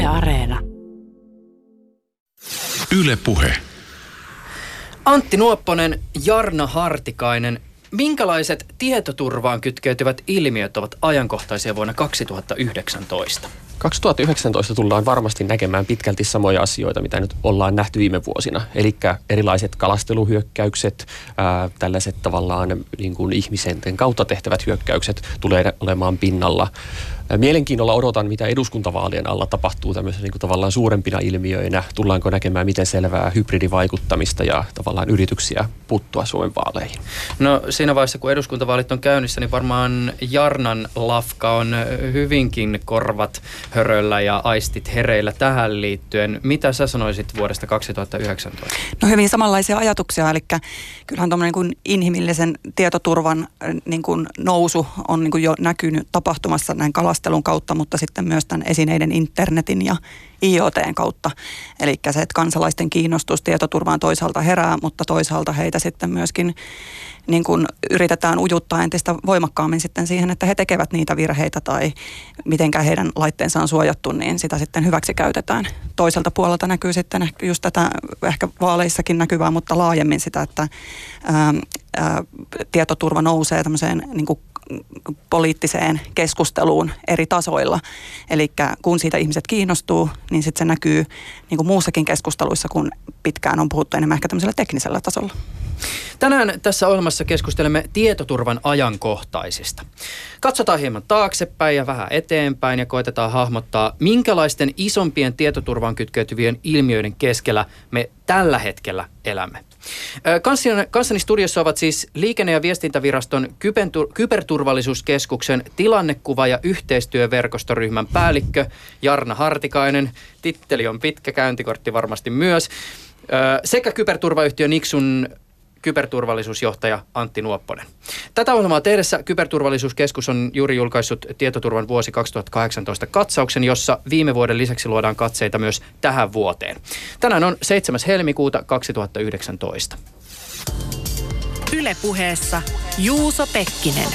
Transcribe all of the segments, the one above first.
Yle Areena. Yle Puhe. Antti Nuopponen, Jarna Hartikainen. Minkälaiset tietoturvaan kytkeytyvät ilmiöt ovat ajankohtaisia vuonna 2019? 2019 tullaan varmasti näkemään pitkälti samoja asioita, mitä nyt ollaan nähty viime vuosina. Eli erilaiset kalasteluhyökkäykset, tällaiset tavallaan niin kuin ihmisenten kautta tehtävät hyökkäykset tulee olemaan pinnalla. Mielenkiinnolla odotan, mitä eduskuntavaalien alla tapahtuu tämmöisenä niin kuin tavallaan suurempina ilmiöinä. Tullaanko näkemään miten selvää hybridivaikuttamista ja tavallaan yrityksiä puuttua Suomen vaaleihin? No siinä vaiheessa, kun eduskuntavaalit on käynnissä, niin varmaan Jarnan lafka on hyvinkin korvat höröllä ja aistit hereillä tähän liittyen. Mitä sä sanoisit vuodesta 2019? No hyvin samanlaisia ajatuksia, eli kyllähän tuommoinen niin inhimillisen tietoturvan niin kuin nousu on niin kuin jo näkynyt tapahtumassa näin kalastelun kautta, mutta sitten myös tämän esineiden internetin ja IoTn kautta. Eli se, että kansalaisten kiinnostus tietoturvaan toisaalta herää, mutta toisaalta heitä sitten myöskin niin kuin yritetään ujuttaa entistä voimakkaammin sitten siihen, että he tekevät niitä virheitä tai mitenkä heidän laitteensa on suojattu, niin sitä sitten hyväksi käytetään. Toiselta puolelta näkyy sitten just tätä ehkä vaaleissakin näkyvää, mutta laajemmin sitä, että tietoturva nousee tämmöiseen niin kuin poliittiseen keskusteluun eri tasoilla. Eli kun siitä ihmiset kiinnostuu, niin sitten se näkyy niin kuin muussakin keskusteluissa, kun pitkään on puhuttu enemmän ehkä tämmöisellä teknisellä tasolla. Tänään tässä ohjelmassa keskustelemme tietoturvan ajankohtaisista. Katsotaan hieman taaksepäin ja vähän eteenpäin ja koitetaan hahmottaa, minkälaisten isompien tietoturvaan kytkeytyvien ilmiöiden keskellä me tällä hetkellä elämme. Kanssani studiossa ovat siis Liikenne- ja viestintäviraston kyberturvallisuuskeskuksen tilannekuva- ja yhteistyöverkostoryhmän päällikkö Jarna Hartikainen. Titteli on pitkä, käyntikortti varmasti myös. Sekä kyberturvayhtiö Nixun kyberturvallisuusjohtaja Antti Nuopponen. Tätä ohjelmaa tehdessä Kyberturvallisuuskeskus on juuri julkaissut tietoturvan vuosi 2018 katsauksen, jossa viime vuoden lisäksi luodaan katseita myös tähän vuoteen. Tänään on 7. helmikuuta 2019. Yle Puheessa Juuso Pekkinen.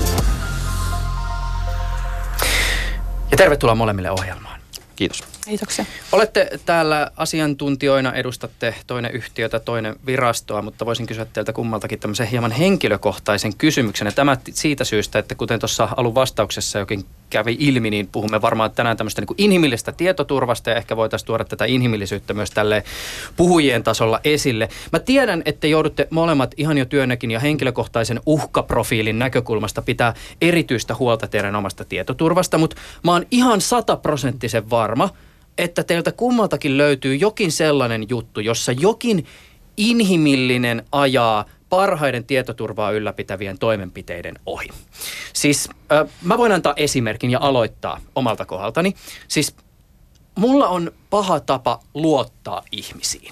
Ja tervetuloa molemmille ohjelmaan. Kiitos. Kiitoksia. Olette täällä asiantuntijoina, edustatte toinen yhtiötä, toinen virastoa, mutta voisin kysyä teiltä kummaltakin tämmöisen hieman henkilökohtaisen kysymyksen. Ja tämä siitä syystä, että kuten tuossa alun vastauksessa jokin kävi ilmi, niin puhumme varmaan tänään tämmöistä niin kuin inhimillistä tietoturvasta ja ehkä voitaisiin tuoda tätä inhimillisyyttä myös tälle puhujien tasolla esille. Mä tiedän, että joudutte molemmat ihan jo työnäkin ja henkilökohtaisen uhkaprofiilin näkökulmasta pitää erityistä huolta teidän omasta tietoturvasta, mutta mä oon ihan 100% varma, että teiltä kummaltakin löytyy jokin sellainen juttu, jossa jokin inhimillinen ajaa parhaiden tietoturvaa ylläpitävien toimenpiteiden ohi. Siis mä voin antaa esimerkin ja aloittaa omalta kohdaltani. Siis mulla on paha tapa luottaa ihmisiin.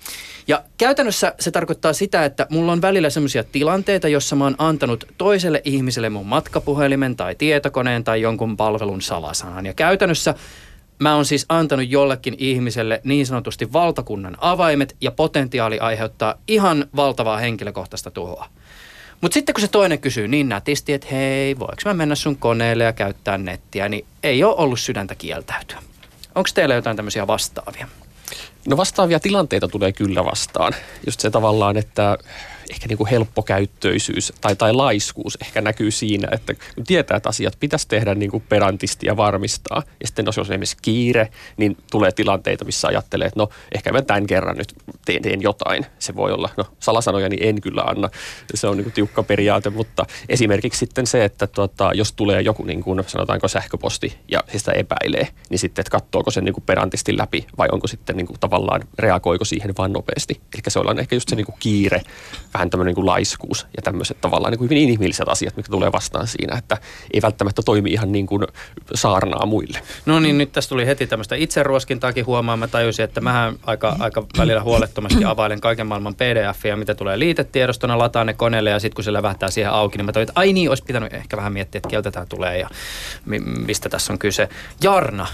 Ja käytännössä se tarkoittaa sitä, että mulla on välillä semmoisia tilanteita, jossa mä oon antanut toiselle ihmiselle mun matkapuhelimen tai tietokoneen tai jonkun palvelun salasanan. Ja käytännössä mä oon siis antanut jollekin ihmiselle niin sanotusti valtakunnan avaimet ja potentiaali aiheuttaa ihan valtavaa henkilökohtaista tuhoa. Mutta sitten kun se toinen kysyy niin nätisti, että hei, voiko mä mennä sun koneelle ja käyttää nettiä, niin ei ole ollut sydäntä kieltäytyä. Onko teillä jotain tämmöisiä vastaavia? No vastaavia tilanteita tulee kyllä vastaan. Just se tavallaan, että ehkä niin kuin helppokäyttöisyys tai laiskuus ehkä näkyy siinä, että kun tietää, että asiat pitäisi tehdä niin kuin perantisti ja varmistaa. Ja sitten jos on esimerkiksi kiire, niin tulee tilanteita, missä ajattelee, että no ehkä mä tämän kerran nyt teen jotain. Se voi olla, no salasanoja niin en kyllä anna. Se on niin kuin tiukka periaate, mutta esimerkiksi sitten se, että jos tulee joku niin kuin sanotaanko sähköposti ja sitä epäilee, niin sitten, että katsoako sen niin kuin perantisti läpi vai onko sitten niin kuin tavallaan reagoiko siihen vaan nopeasti. Eli se on ehkä just se niin kuin kiire, vähän tämmöinen niin kuin laiskuus ja tämmöiset tavallaan niin kuin hyvin inhimilliset asiat, mitkä tulee vastaan siinä, että ei välttämättä toimi ihan niin kuin saarnaa muille. No niin, nyt tässä tuli heti tämmöistä itseruoskintaakin huomaan. Mä tajusin, että mähän aika välillä huolettomasti availen kaiken maailman pdf-ia, mitä tulee liitetiedostona, lataan ne koneelle ja sitten kun se lävähtää siihen auki, niin mä toivon, että ai niin, olisi pitänyt ehkä vähän miettiä, että keltä tämä tulee ja mistä tässä on kyse. Jarna.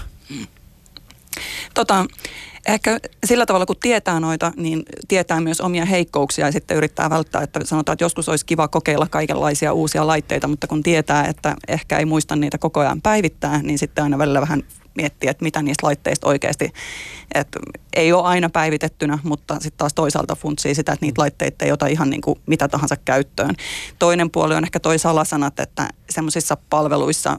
Ehkä sillä tavalla, kun tietää noita, niin tietää myös omia heikkouksia ja sitten yrittää välttää, että sanotaan, että joskus olisi kiva kokeilla kaikenlaisia uusia laitteita, mutta kun tietää, että ehkä ei muista niitä koko ajan päivittää, niin sitten aina välillä vähän miettiä, että mitä niistä laitteista oikeasti, että ei ole aina päivitettynä, mutta sitten taas toisaalta funtsii sitä, että niitä laitteita ei ota ihan niin kuin mitä tahansa käyttöön. Toinen puoli on ehkä toi salasanat, että semmoisissa palveluissa,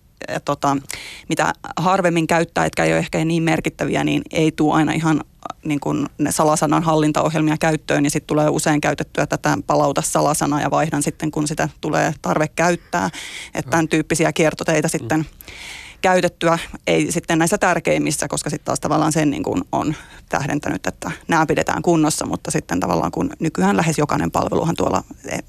mitä harvemmin käyttää, etkä ei ole ehkä niin merkittäviä, niin ei tule aina ihan niin kuin ne salasanan hallintaohjelmia käyttöön, ja sitten tulee usein käytettyä tätä palauta salasana ja vaihdan sitten, kun sitä tulee tarve käyttää, että tämän tyyppisiä kiertoteitä sitten käytettyä, ei sitten näissä tärkeimmissä, koska sitten taas tavallaan sen niin kuin on tähdentänyt, että nämä pidetään kunnossa, mutta sitten tavallaan kun nykyään lähes jokainen palveluhan tuolla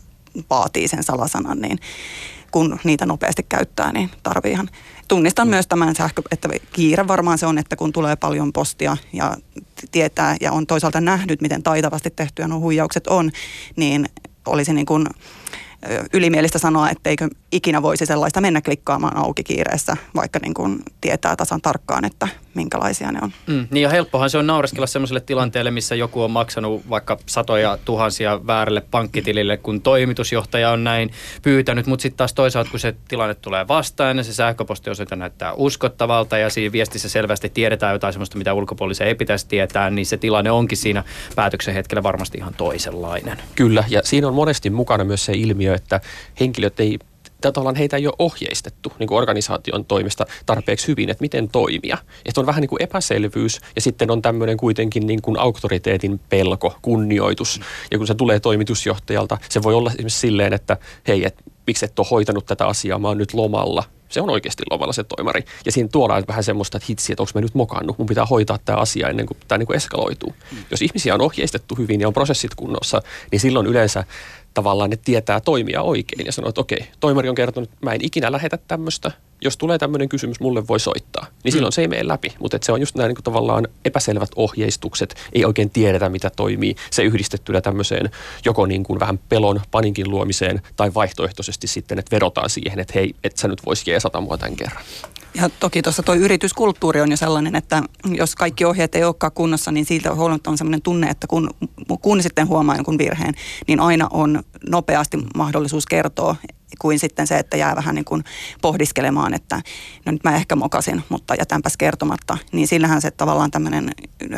vaatii sen salasanan, niin kun niitä nopeasti käyttää, niin tarvii ihan. Tunnistan myös tämän että kiire varmaan se on, että kun tulee paljon postia ja tietää ja on toisaalta nähnyt, miten taitavasti tehtyä nuo huijaukset on, niin olisi niin kuin ylimielistä sanoa, etteikö ikinä voisi sellaista mennä klikkaamaan auki kiireessä, vaikka niin kuin tietää tasan tarkkaan, että minkälaisia ne on. Niin ja helppohan se on naureskella sellaiselle tilanteelle, missä joku on maksanut vaikka satoja tuhansia väärälle pankkitilille, kun toimitusjohtaja on näin pyytänyt, mutta sitten taas toisaalta, kun se tilanne tulee vastaan ja se sähköpostiosoite näyttää uskottavalta ja siinä viestissä selvästi tiedetään jotain sellaista, mitä ulkopuolisen ei pitäisi tietää, niin se tilanne onkin siinä päätöksen hetkellä varmasti ihan toisenlainen. Kyllä, ja siinä on monesti mukana myös se ilmiö, että henkilöt ei, tavallaan heitä ei ole ohjeistettu niin kuin organisaation toimesta tarpeeksi hyvin, että miten toimia. Että on vähän niin kuin epäselvyys ja sitten on tämmöinen kuitenkin niin kuin auktoriteetin pelko, kunnioitus. Ja kun se tulee toimitusjohtajalta, se voi olla esimerkiksi silleen, että hei, miksi et ole hoitanut tätä asiaa, mä oon nyt lomalla. Se on oikeasti lomalla se toimari. Ja siinä tuodaan vähän semmoista, että hitsi, että onko mä nyt mokannut. Mun pitää hoitaa tämä asia ennen kuin tämä niin kuin eskaloituu. Jos ihmisiä on ohjeistettu hyvin ja on prosessit kunnossa, niin silloin yleensä tavallaan ne tietää toimia oikein ja sanoo, että okei, toimari on kertonut, että mä en ikinä lähetä tämmöistä. Jos tulee tämmöinen kysymys, mulle voi soittaa. Niin silloin se ei mene läpi. Mutta se on just nämä niin kuin tavallaan epäselvät ohjeistukset. Ei oikein tiedetä, mitä toimii. Se yhdistettynä tämmöiseen joko niin kuin vähän pelon, panikin luomiseen tai vaihtoehtoisesti sitten, että vedotaan siihen, että hei, et sä nyt vois jeesata mua tämän kerran. Ja toki tuossa tuo yrityskulttuuri on jo sellainen, että jos kaikki ohjeet ei olekaan kunnossa, niin siitä on sellainen tunne, että kun sitten huomaa jonkun virheen, niin aina on nopeasti mahdollisuus kertoa, kuin sitten se, että jää vähän niin kuin pohdiskelemaan, että no nyt mä ehkä mokasin, mutta jätänpäs kertomatta. Niin sillähän se tavallaan tämmöinen,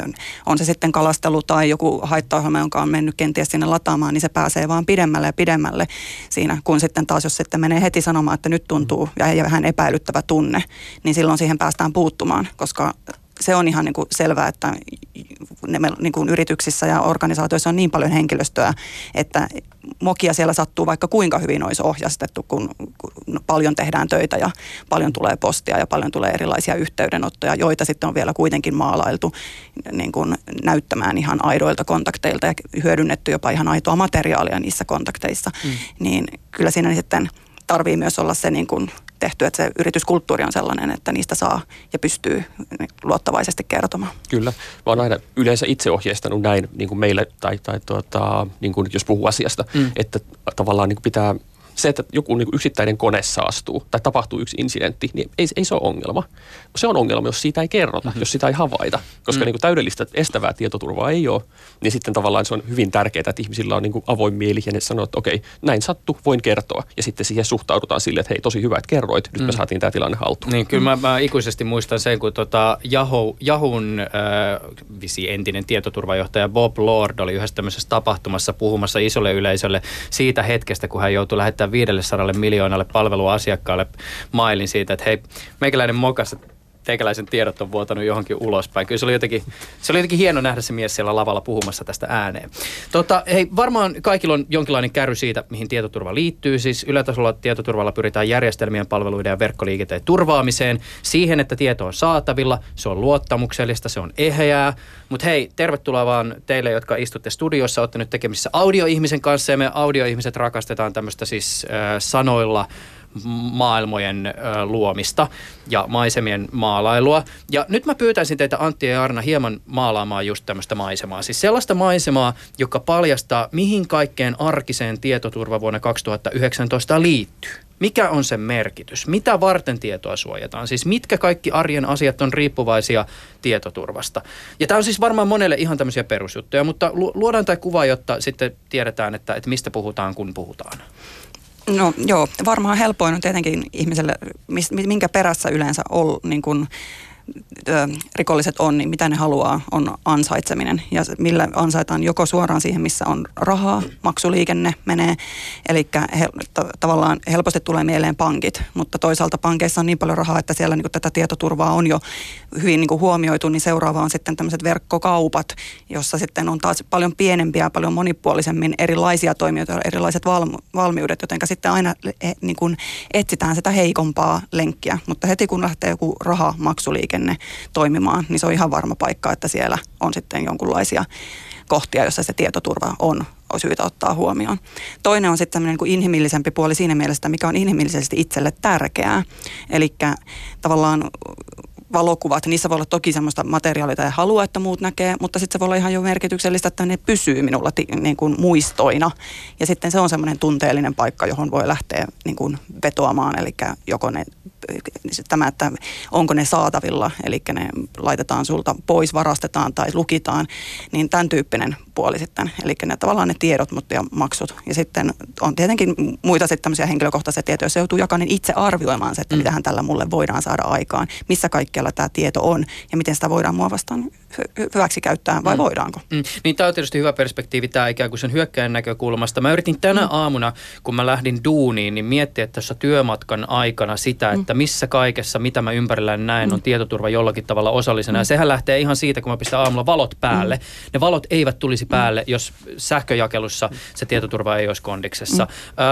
on se sitten kalastelu tai joku haittaohjelma, jonka on mennyt kenties sinne lataamaan, niin se pääsee vaan pidemmälle ja pidemmälle siinä, kun sitten taas, jos sitten menee heti sanomaan, että nyt tuntuu ja vähän epäilyttävä tunne, niin silloin siihen päästään puuttumaan, koska se on ihan niin kuin selvää, että niin kuin yrityksissä ja organisaatioissa on niin paljon henkilöstöä, että mokia siellä sattuu vaikka kuinka hyvin olisi ohjastettu, kun paljon tehdään töitä ja paljon tulee postia ja paljon tulee erilaisia yhteydenottoja, joita sitten on vielä kuitenkin maalailtu niin kuin näyttämään ihan aidoilta kontakteilta ja hyödynnetty jopa ihan aitoa materiaalia niissä kontakteissa. Niin kyllä siinä sitten tarvii myös olla se niin kuin tehty, että se yrityskulttuuri on sellainen, että niistä saa ja pystyy luottavaisesti kertomaan. Kyllä. Mä oon aina yleensä itse ohjeistanut näin niin kuin meille, tai niin kuin jos puhuu asiasta, että tavallaan niin kuin pitää se, että joku niin kuin yksittäinen kone saastuu tai tapahtuu yksi incidentti, niin ei se ole ongelma. Se on ongelma, jos siitä ei kerrota, jos sitä ei havaita. Koska niin kuin täydellistä estävää tietoturvaa ei ole, niin sitten tavallaan se on hyvin tärkeää, että ihmisillä on niin kuin avoin mieli ja ne sanoo, että okei, näin sattuu, voin kertoa. Ja sitten siihen suhtaudutaan silleen, että hei, tosi hyvä, että kerroit, nyt me saatiin tämä tilanne haltuun. Niin, kyllä mä ikuisesti muistan sen, kun Yahon entinen tietoturvajohtaja Bob Lord oli yhdessä tämmöisessä tapahtumassa puhumassa isolle yleisölle siitä hetkestä, kun hän joutui lähettämään 500 miljoonalle palveluasiakkaalle mailin siitä, että hei, meikäläinen mokas, teikäläisen tiedot on vuotanut johonkin ulospäin. Kyllä se oli jotenkin hieno nähdä se mies siellä lavalla puhumassa tästä ääneen. Hei, varmaan kaikilla on jonkinlainen kärry siitä, mihin tietoturva liittyy. Siis ylätasolla tietoturvalla pyritään järjestelmien, palveluiden ja verkkoliikenteen turvaamiseen, siihen, että tieto on saatavilla, se on luottamuksellista, se on eheää. Mutta hei, tervetuloa vaan teille, jotka istutte studiossa, olette nyt tekemisissä audioihmisen kanssa, ja me audioihmiset rakastetaan tämmöistä siis sanoilla maailmojen luomista ja maisemien maalailua. Ja nyt mä pyytäisin teitä, Antti ja Arna, hieman maalaamaan just tämmöistä maisemaa. Siis sellaista maisemaa, joka paljastaa, mihin kaikkeen arkiseen tietoturva vuonna 2019 liittyy. Mikä on sen merkitys? Mitä varten tietoa suojataan? Siis mitkä kaikki arjen asiat on riippuvaisia tietoturvasta? Ja tämä on siis varmaan monelle ihan tämmöisiä perusjuttuja, mutta luodaan tämä kuva, jotta sitten tiedetään, että mistä puhutaan, kun puhutaan. No joo, varmaan helpoin on tietenkin ihmiselle, minkä perässä yleensä niin kun rikolliset on, niin mitä ne haluaa, on ansaitseminen. Ja millä ansaitaan joko suoraan siihen, missä on rahaa, maksuliikenne menee, eli tavallaan helposti tulee mieleen pankit, mutta toisaalta pankeissa on niin paljon rahaa, että siellä niin kuin tätä tietoturvaa on jo hyvin niin kuin huomioitu, niin seuraava on sitten tämmöiset verkkokaupat, jossa sitten on taas paljon pienempiä, paljon monipuolisemmin erilaisia toimijoita, erilaiset valmiudet, jotenka sitten aina niin kuin etsitään sitä heikompaa lenkkiä, mutta heti kun lähtee joku rahamaksuliikenne toimimaan, niin se on ihan varma paikka, että siellä on sitten jonkunlaisia kohtia, jossa se tietoturva on syytä ottaa huomioon. Toinen on sitten tämmöinen niin kuin inhimillisempi puoli siinä mielessä, mikä on inhimillisesti itselle tärkeää. Eli tavallaan valokuvat, niissä voi olla toki semmoista materiaalia, jota ei halua, että muut näkee, mutta sitten se voi olla ihan jo merkityksellistä, että ne pysyy minulla niin kuin muistoina. Ja sitten se on semmoinen tunteellinen paikka, johon voi lähteä niin kuin vetoamaan, eli joko ne, tämä, että onko ne saatavilla, eli ne laitetaan sulta pois, varastetaan tai lukitaan, niin tämän tyyppinen puoli sitten. Eli ne tavallaan ne tiedot ja maksut. Ja sitten on tietenkin muita sitten tämmöisiä henkilökohtaisia tietoja, joissa joutuu jokainen itse arvioimaan se, että mitähän tällä mulle voidaan saada aikaan, missä kaikkialla tämä tieto on ja miten sitä voidaan mua vastaan hyväksi käyttää vai voidaanko. Niin tämä on tietysti hyvä perspektiivi tämä ikään kuin sen hyökkäjän näkökulmasta. Mä yritin tänä aamuna, kun mä lähdin duuniin, niin miettiä tuossa työmatkan aikana sitä, että missä kaikessa, mitä mä ympärilläni näen, on tietoturva jollakin tavalla osallisena. Ja sehän lähtee ihan siitä, kun mä pistän aamulla valot päälle. Ne valot eivät tulisi päälle, jos sähköjakelussa se tietoturva ei olisi kondiksessa.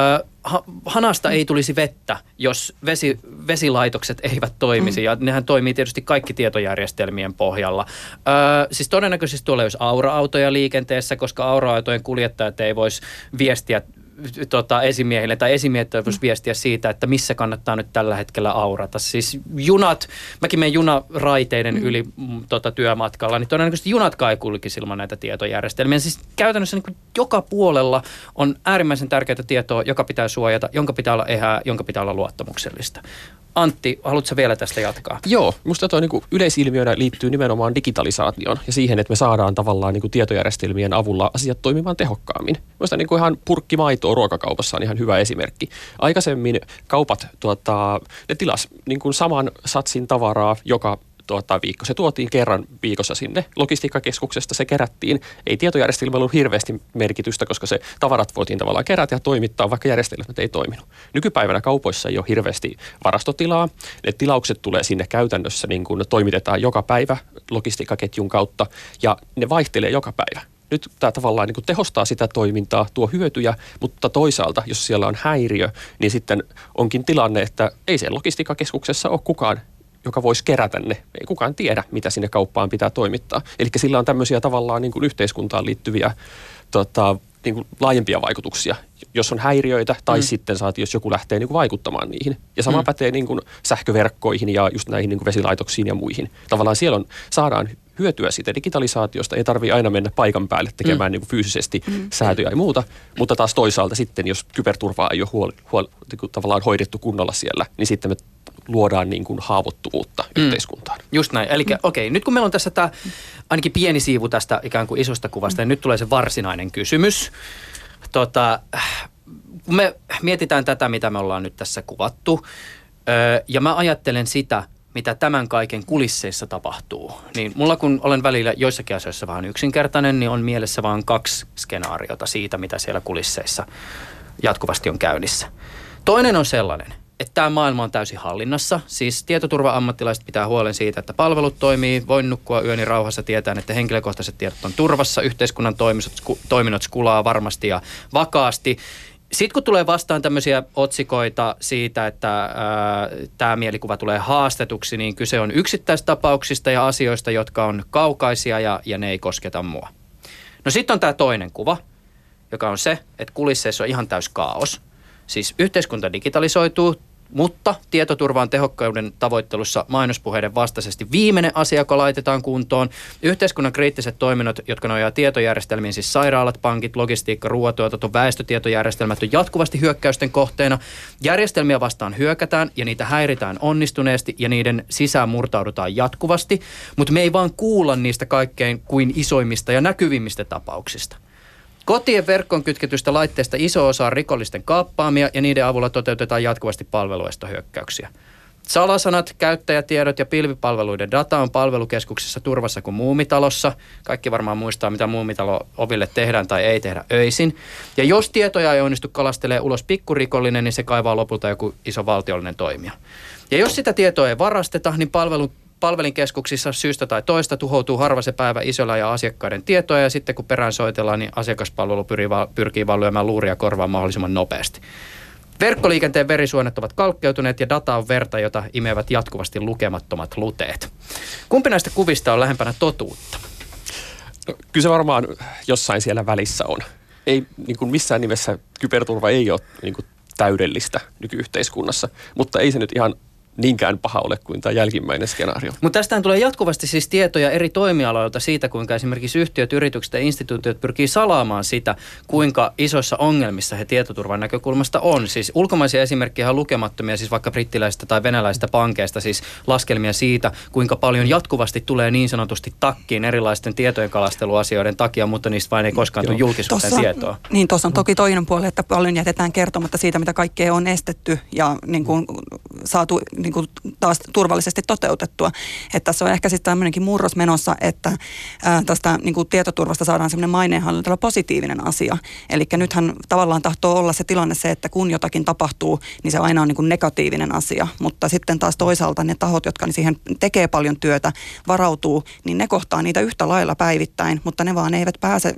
Hanasta ei tulisi vettä, jos vesilaitokset eivät toimisi, ja nehän toimii tietysti kaikki tietojärjestelmien pohjalla. Siis todennäköisesti tuolla olisi aura-autoja liikenteessä, koska aura-autojen kuljettajat ei voisi viestiä esimiehille, tai esimiehet voisi viestiä siitä, että missä kannattaa nyt tällä hetkellä aurata. Siis junat, mäkin menen junaraiteiden yli työmatkalla, niin todennäköisesti junatkaan ei kulkisi ilman näitä tietojärjestelmiä. Siis käytännössä niin kuin joka puolella on äärimmäisen tärkeää tietoa, joka pitää suojata, jonka pitää olla ehää, jonka pitää olla luottamuksellista. Antti, haluatko vielä tästä jatkaa? Joo, musta toi niinku yleisilmiönä liittyy nimenomaan digitalisaatioon ja siihen, että me saadaan tavallaan niinku tietojärjestelmien avulla asiat toimimaan tehokkaammin. Musta niinku ihan purkkimaitoa ruokakaupassa on ihan hyvä esimerkki. Aikaisemmin kaupat ne tilas niinku saman satsin tavaraa joka viikko. Se tuotiin kerran viikossa sinne. Logistiikkakeskuksesta se kerättiin. Ei tietojärjestelmällä ollut hirveästi merkitystä, koska se tavarat voitiin tavallaan kerätä ja toimittaa, vaikka järjestelmät ei toiminut. Nykypäivänä kaupoissa ei ole hirveästi varastotilaa. Ne tilaukset tulee sinne käytännössä, niin kuin toimitetaan joka päivä logistiikkaketjun kautta ja ne vaihtelee joka päivä. Nyt tämä tavallaan niin kuin tehostaa sitä toimintaa, tuo hyötyjä, mutta toisaalta, jos siellä on häiriö, niin sitten onkin tilanne, että ei siellä logistiikkakeskuksessa ole kukaan, joka voisi kerätä ne. Ei kukaan tiedä, mitä sinne kauppaan pitää toimittaa. Eli sillä on tämmöisiä tavallaan niin kuin yhteiskuntaan liittyviä niin kuin laajempia vaikutuksia, jos on häiriöitä tai sitten jos joku lähtee niin kuin vaikuttamaan niihin. Ja sama pätee niin kuin sähköverkkoihin ja just näihin niin kuin vesilaitoksiin ja muihin. Tavallaan siellä saadaan hyötyä siitä digitalisaatiosta. Ei tarvitse aina mennä paikan päälle tekemään niin kuin fyysisesti säätöjä ja muuta, mutta taas toisaalta sitten, jos kyberturvaa ei ole tavallaan hoidettu kunnolla siellä, niin sitten me luodaan niin kuin haavoittuvuutta yhteiskuntaan. Just näin. Eli okei, nyt kun meillä on tässä tämä ainakin pieni siivu tästä ikään kuin isosta kuvasta, niin nyt tulee se varsinainen kysymys. Kun me mietitään tätä, mitä me ollaan nyt tässä kuvattu, ja mä ajattelen sitä, mitä tämän kaiken kulisseissa tapahtuu, niin mulla kun olen välillä joissakin asioissa vähän yksinkertainen, niin on mielessä vain 2 skenaariota siitä, mitä siellä kulisseissa jatkuvasti on käynnissä. Toinen on sellainen, että tämä maailma on täysin hallinnassa. Siis tietoturva-ammattilaiset pitää huolen siitä, että palvelut toimii, voin nukkua yöni rauhassa tietäen, että henkilökohtaiset tiedot on turvassa, yhteiskunnan toiminnot skulaa varmasti ja vakaasti. Sitten kun tulee vastaan tämmöisiä otsikoita siitä, että tämä mielikuva tulee haastetuksi, niin kyse on yksittäistapauksista ja asioista, jotka on kaukaisia ja ne ei kosketa mua. No sitten on tämä toinen kuva, joka on se, että kulisseissa on ihan täys kaos. Siis yhteiskunta digitalisoituu, mutta tietoturvan tehokkauden tavoittelussa mainospuheiden vastaisesti viimeinen asia, joka laitetaan kuntoon. Yhteiskunnan kriittiset toiminnot, jotka nojaa tietojärjestelmiin, siis sairaalat, pankit, logistiikka, ruoantuotanto, väestötietojärjestelmät on jatkuvasti hyökkäysten kohteena. Järjestelmiä vastaan hyökätään ja niitä häiritään onnistuneesti ja niiden sisään murtaudutaan jatkuvasti, mutta me ei vaan kuulla niistä kaikkein kuin isoimmista ja näkyvimmistä tapauksista. Kotien verkkoon kytketystä laitteista iso osa on rikollisten kaappaamia ja niiden avulla toteutetaan jatkuvasti palveluestohyökkäyksiä. Salasanat, käyttäjätiedot ja pilvipalveluiden data on palvelukeskuksissa turvassa kuin Muumitalossa. Kaikki varmaan muistaa, mitä Muumitalo-oville tehdään tai ei tehdä öisin. Ja jos tietoja ei onnistu kalastelee ulos pikkurikollinen, niin se kaivaa lopulta joku iso valtiollinen toimija. Ja jos sitä tietoa ei varasteta, niin palvelinkeskuksissa syystä tai toista tuhoutuu harva se päivä isolla ja asiakkaiden tietoja, ja sitten kun perään soitellaan, niin asiakaspalvelu pyrkii vaan lyömään luuria korvaan mahdollisimman nopeasti. Verkkoliikenteen verisuonet ovat kalkkeutuneet ja data on verta, jota imevät jatkuvasti lukemattomat luteet. Kumpi näistä kuvista on lähempänä totuutta? No, kyllä se varmaan jossain siellä välissä on. Ei, niin kuin missään nimessä kyberturva ei ole niin kuin täydellistä nykyyhteiskunnassa, mutta ei se nyt ihan niinkään paha ole kuin tämä jälkimmäinen skenaario. Mutta tästähän tulee jatkuvasti siis tietoja eri toimialoilta siitä, kuinka esimerkiksi yhtiöt, yritykset ja instituutiot pyrkii salaamaan sitä, kuinka isoissa ongelmissa he tietoturvan näkökulmasta on. Siis ulkomaisia esimerkkejä on lukemattomia, siis vaikka brittiläisistä tai venäläisistä pankeista, siis laskelmia siitä, kuinka paljon jatkuvasti tulee niin sanotusti takkiin erilaisten tietojen kalasteluasioiden takia, mutta niistä vain ei koskaan tule julkisuuteen tietoa. Niin, tuossa on toki toinen puoli, että paljon jätetään kertomatta siitä, mitä kaikkea on estetty ja niin kuin saatu niin kuin taas turvallisesti toteutettua. Että tässä on ehkä sitten tämmöinenkin murros menossa, että tästä niin kuin tietoturvasta saadaan semmoinen maineenhallintalla positiivinen asia. Eli nythän tavallaan tahtoo olla se tilanne se, että kun jotakin tapahtuu, niin se aina on niin kuin negatiivinen asia. Mutta sitten taas toisaalta ne tahot, jotka siihen tekee paljon työtä, varautuu, niin ne kohtaa niitä yhtä lailla päivittäin, mutta ne vaan eivät pääse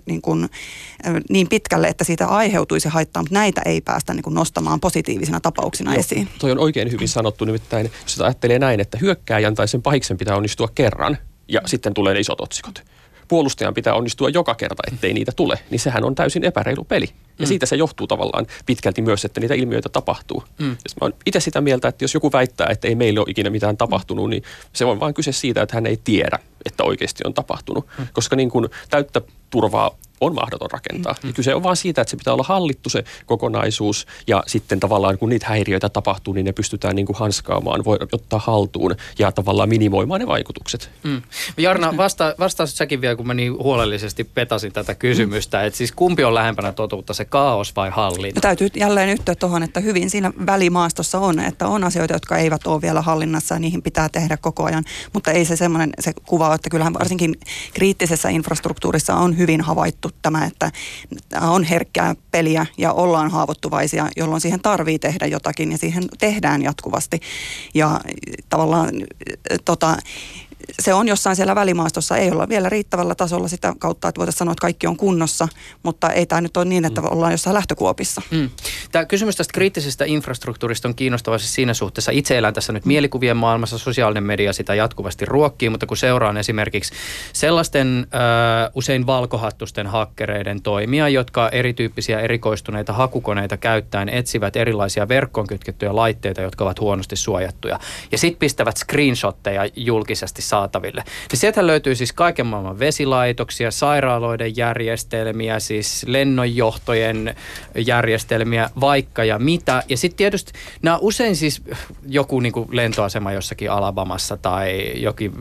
niin pitkälle, että siitä aiheutuisi haittaa, mutta näitä ei päästä niin kuin nostamaan positiivisina tapauksina esiin. Toi on oikein hyvin sanottu, nimittäin jos sitä ajattelee näin, että hyökkääjän tai sen pahiksen pitää onnistua kerran ja sitten tulee ne isot otsikot. Puolustajan pitää onnistua joka kerta, ettei niitä tule, niin sehän on täysin epäreilu peli. Ja siitä se johtuu tavallaan pitkälti myös, että niitä ilmiöitä tapahtuu. Mä oon itse sitä mieltä, että jos joku väittää, että ei meille ole ikinä mitään tapahtunut, niin se on vaan kyse siitä, että hän ei tiedä, että oikeasti on tapahtunut. Koska niin kuin täyttä turvaa on mahdoton rakentaa. Ja kyse on vaan siitä, että se pitää olla hallittu se kokonaisuus ja sitten tavallaan kun niitä häiriöitä tapahtuu, niin ne pystytään niin kuin hanskaamaan, voi ottaa haltuun ja tavallaan minimoimaan ne vaikutukset. Jarna, vastaus säkin vielä, kun mä niin huolellisesti petasin tätä kysymystä, että siis kumpi on lähempänä totuutta, se kaos vai hallinta? No, täytyy jälleen yhtyä tuohon, että hyvin siinä välimaastossa on, että on asioita, jotka eivät ole vielä hallinnassa ja niihin pitää tehdä koko ajan, mutta ei se semmoinen se kuva, että kyllähän varsinkin kriittisessä infrastruktuurissa on hyvin havaittu tämä, että on herkkää peliä ja ollaan haavoittuvaisia, jolloin siihen tarvii tehdä jotakin ja siihen tehdään jatkuvasti. Ja tavallaan se on jossain siellä välimaastossa, ei olla vielä riittävällä tasolla sitä kautta, että voitaisiin sanoa, että kaikki on kunnossa, mutta ei tämä nyt ole niin, että ollaan jossain lähtökuopissa. Tämä kysymys tästä kriittisestä infrastruktuurista on kiinnostava siis siinä suhteessa. Itse elän tässä nyt mielikuvien maailmassa, sosiaalinen media sitä jatkuvasti ruokkii, mutta kun seuraan esimerkiksi sellaisten usein valkohattusten hakkereiden toimia, jotka erityyppisiä erikoistuneita hakukoneita käyttäen etsivät erilaisia verkkoon kytkettyjä laitteita, jotka ovat huonosti suojattuja. Ja sitten pistävät screenshotteja julkisesti saataville. Niin sieltä löytyy siis kaiken maailman vesilaitoksia, sairaaloiden järjestelmiä, siis lennonjohtojen järjestelmiä, vaikka ja mitä. Ja sitten tietysti nämä usein siis joku niin kuin lentoasema jossakin Alabamassa tai jokin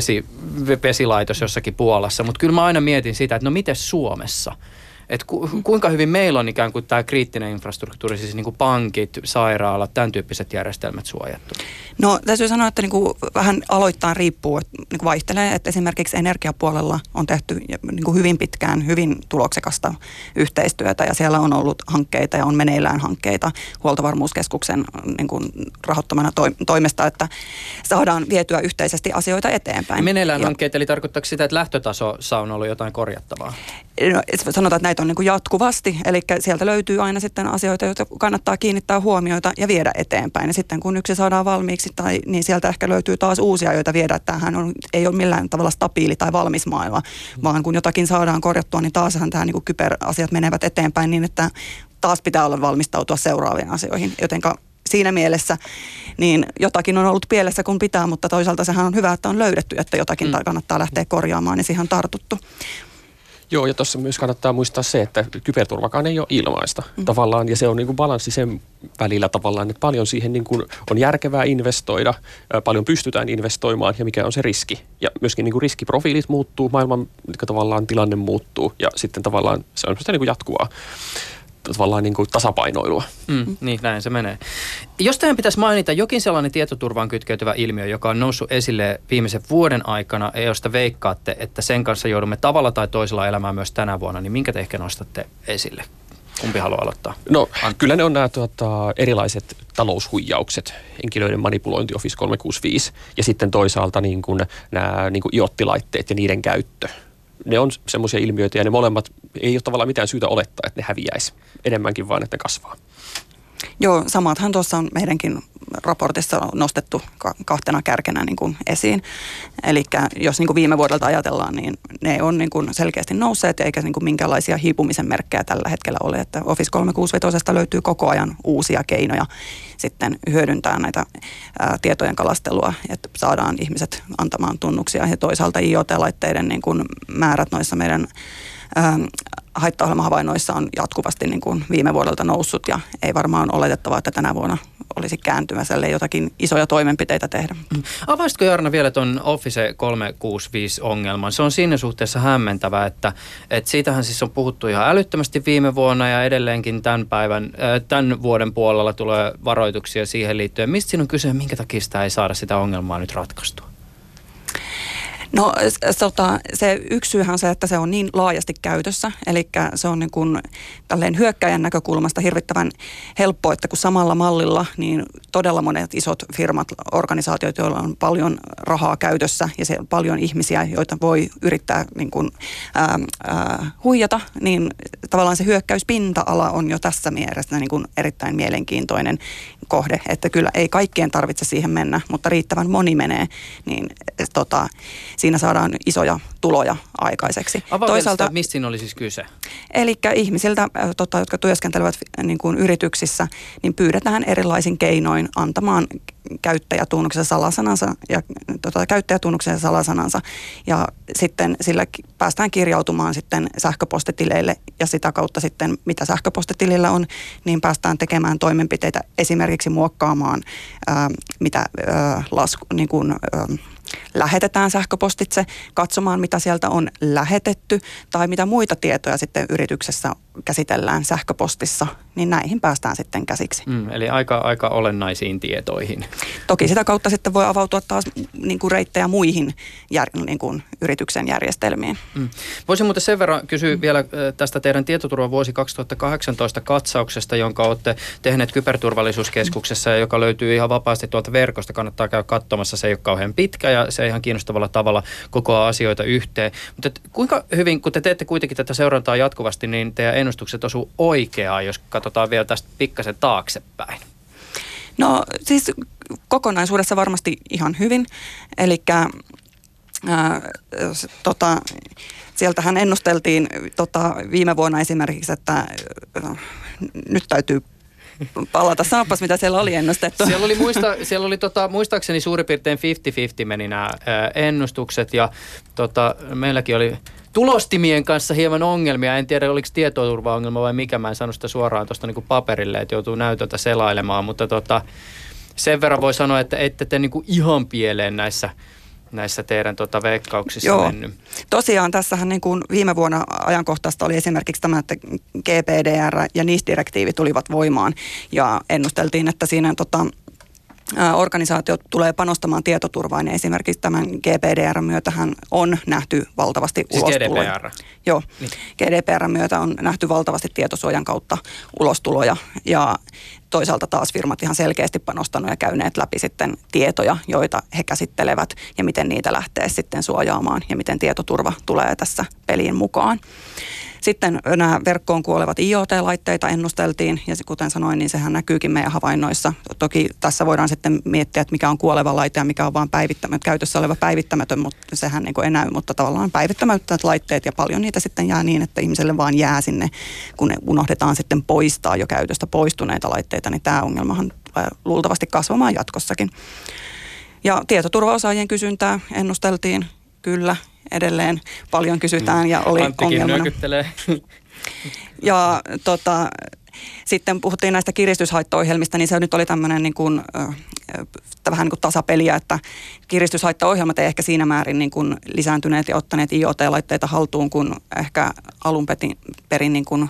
vesilaitos jossakin Puolassa. Mutta kyllä mä aina mietin sitä, että no miten Suomessa? Että kuinka hyvin meillä on ikään kuin tämä kriittinen infrastruktuuri, siis niin kuin pankit, sairaalat, tämän tyyppiset järjestelmät suojattu? No täytyy sanoa, että niin kuin vähän aloittain riippuu, että niin kuin vaihtelee, että esimerkiksi energiapuolella on tehty niin kuin hyvin pitkään hyvin tuloksekasta yhteistyötä ja siellä on ollut hankkeita ja on meneillään hankkeita Huoltovarmuuskeskuksen niin kuin rahoittamana toimesta, että saadaan vietyä yhteisesti asioita eteenpäin. Ja meneillään hankkeita, eli tarkoittaako sitä, että lähtötasossa on ollut jotain korjattavaa? No, sanotaan, että näitä on niin kuin jatkuvasti, eli sieltä löytyy aina sitten asioita, joita kannattaa kiinnittää huomioita ja viedä eteenpäin. Ja sitten kun yksi saadaan valmiiksi, niin sieltä ehkä löytyy taas uusia, joita viedä. Tämähän ei ole millään tavalla stabiili tai valmis maailma, vaan kun jotakin saadaan korjattua, niin taashan tämä niin kuin kyberasiat menevät eteenpäin niin, että taas pitää olla valmistautua seuraaviin asioihin, jotenka siinä mielessä niin jotakin on ollut pielessä kun pitää, mutta toisaalta sehän on hyvä, että on löydetty, että jotakin kannattaa lähteä korjaamaan ja siihen on tartuttu. Joo, ja tuossa myös kannattaa muistaa se, että kyberturvakaan ei ole ilmaista tavallaan, ja se on niin kuin balanssi sen välillä tavallaan, että paljon siihen niin kuin on järkevää investoida, paljon pystytään investoimaan, ja mikä on se riski. Ja myöskin niin kuin riskiprofiilit muuttuu, maailman tavallaan tilanne muuttuu, ja sitten tavallaan se on sitä niin kuin jatkuvaa. tavallaan niin kuin tasapainoilua. Niin, näin se menee. Jos teidän pitäisi mainita jokin sellainen tietoturvaan kytkeytyvä ilmiö, joka on noussut esille viimeisen vuoden aikana, ja josta veikkaatte, että sen kanssa joudumme tavalla tai toisella elämään myös tänä vuonna, niin minkä te ehkä nostatte esille? Kumpi haluaa aloittaa? No kyllä ne on nämä erilaiset taloushuijaukset, henkilöiden manipulointi Office 365 ja sitten toisaalta niin kuin nämä niin kuin IoT-laitteet ja niiden käyttö. Ne on semmoisia ilmiöitä ja ne molemmat ei ole tavallaan mitään syytä olettaa, että ne häviäisi enemmänkin, vaan että ne kasvaa. Joo, samathan tuossa on meidänkin raportissa nostettu kahtena kärkenä niin kuin esiin. Eli jos niin kuin viime vuodelta ajatellaan, niin ne on niin kuin selkeästi nousseet eikä niin kuin minkäänlaisia hiipumisen merkkejä tällä hetkellä ole. Että Office 365 löytyy koko ajan uusia keinoja sitten hyödyntää näitä tietojen kalastelua, että saadaan ihmiset antamaan tunnuksia. Ja toisaalta IoT-laitteiden niin kuin määrät noissa meidän haittaohjelmahavainnoissa on jatkuvasti niin kuin viime vuodelta noussut ja ei varmaan oletettavaa, että tänä vuonna olisi kääntymässä, ellei jotakin isoja toimenpiteitä tehdä. Avaisitko Jarno vielä tuon Office 365-ongelman? Se on siinä suhteessa hämmentävä, että siitähän siis on puhuttu ihan älyttömästi viime vuonna ja edelleenkin tämän vuoden puolella tulee varoituksia siihen liittyen. Mistä siinä on kyse ja minkä takia sitä ei saada sitä ongelmaa nyt ratkaistua? No se yksi syyhän on se, että se on niin laajasti käytössä, eli se on niin kuin tälleen hyökkäjän näkökulmasta hirvittävän helppo, että kun samalla mallilla niin todella monet isot firmat, organisaatiot, joilla on paljon rahaa käytössä ja se on paljon ihmisiä, joita voi yrittää niin kuin, huijata, niin tavallaan se hyökkäyspinta-ala on jo tässä mielessä niin kuin erittäin mielenkiintoinen kohde, että kyllä ei kaikkien tarvitse siihen mennä, mutta riittävän moni menee, niin siinä saadaan isoja tuloja aikaiseksi. Toisaalta mistä siinä oli siis kyse? Eli ihmisiltä, jotka työskentelevät niin kuin yrityksissä, niin pyydetään erilaisin keinoin antamaan käyttäjätunnuksen salasanansa ja sitten sillä päästään kirjautumaan sitten sähköpostitileille ja sitä kautta sitten mitä sähköpostitilillä on, niin päästään tekemään toimenpiteitä esimerkiksi muokkaamaan mitä lähetetään sähköpostitse, katsomaan mitä sieltä on lähetetty tai mitä muita tietoja sitten yrityksessä käsitellään sähköpostissa, niin näihin päästään sitten käsiksi. Eli aika olennaisiin tietoihin. Toki sitä kautta sitten voi avautua taas niin kuin reittejä muihin niin kuin yrityksen järjestelmiin. Voisin muuten sen verran kysyä vielä tästä teidän tietoturva vuosi 2018 katsauksesta, jonka olette tehneet Kyberturvallisuuskeskuksessa ja joka löytyy ihan vapaasti tuolta verkosta. Kannattaa käydä katsomassa, se ei ole kauhean pitkä ja se ihan kiinnostavalla tavalla kokoaa asioita yhteen. Mutta kuinka hyvin, kun te teette kuitenkin tätä seurantaa jatkuvasti, niin teidän ennustukset osuu oikeaan, jos katsotaan vielä tästä pikkasen taaksepäin? No siis kokonaisuudessa varmasti ihan hyvin. Eli sieltähän ennusteltiin viime vuonna esimerkiksi, että nyt täytyy palata. Sanopas, mitä siellä oli ennustettu. Siellä oli muistaakseni suurin piirtein 50-50 meni nämä ennustukset ja meilläkin oli tulostimien kanssa hieman ongelmia. En tiedä, oliko tietoturvaongelma vai mikä. Mä en saanut sitä suoraan tuosta niin paperille, että joutuu näytöltä selailemaan, mutta sen verran voi sanoa, että ette te niin ihan pieleen näissä teidän veikkauksissa mennyt. Tosiaan tässähän niin kuin viime vuonna ajankohtaista oli esimerkiksi tämä, että GDPR ja NIS-direktiivi tulivat voimaan ja ennusteltiin, että siinä organisaatiot tulee panostamaan tietoturvaan ja esimerkiksi tämän GDPR:n myötähän on nähty valtavasti ulostuloja. GDPR? Joo, niin. GDPR:n myötä on nähty valtavasti tietosuojan kautta ulostuloja ja toisaalta taas firmat ihan selkeästi panostanut ja käyneet läpi sitten tietoja, joita he käsittelevät ja miten niitä lähtee sitten suojaamaan ja miten tietoturva tulee tässä peliin mukaan. Sitten nämä verkkoon kuolevat IoT-laitteita ennusteltiin ja kuten sanoin, niin sehän näkyykin meidän havainnoissa. Toki tässä voidaan sitten miettiä, että mikä on kuoleva laite ja mikä on vaan käytössä oleva päivittämätön, mutta sehän niin kuin ei näy, mutta tavallaan päivittämättömät laitteet ja paljon niitä sitten jää niin, että ihmiselle vaan jää sinne, kun ne unohdetaan sitten poistaa jo käytöstä poistuneita laitteita, niin tämä ongelmahan tulee luultavasti kasvamaan jatkossakin. Ja tietoturvaosaajien kysyntää ennusteltiin, kyllä. Edelleen paljon kysytään ja oli ongelmana. Ja sitten puhuttiin näistä kiristyshaittaohjelmista, niin se nyt oli tämmöinen niin kuin, vähän niin kuin tasapeliä, että kiristyshaittaohjelmat ei ehkä siinä määrin niin kuin lisääntyneet ja ottaneet IoT-laitteita haltuun, kun ehkä alun perin niin kuin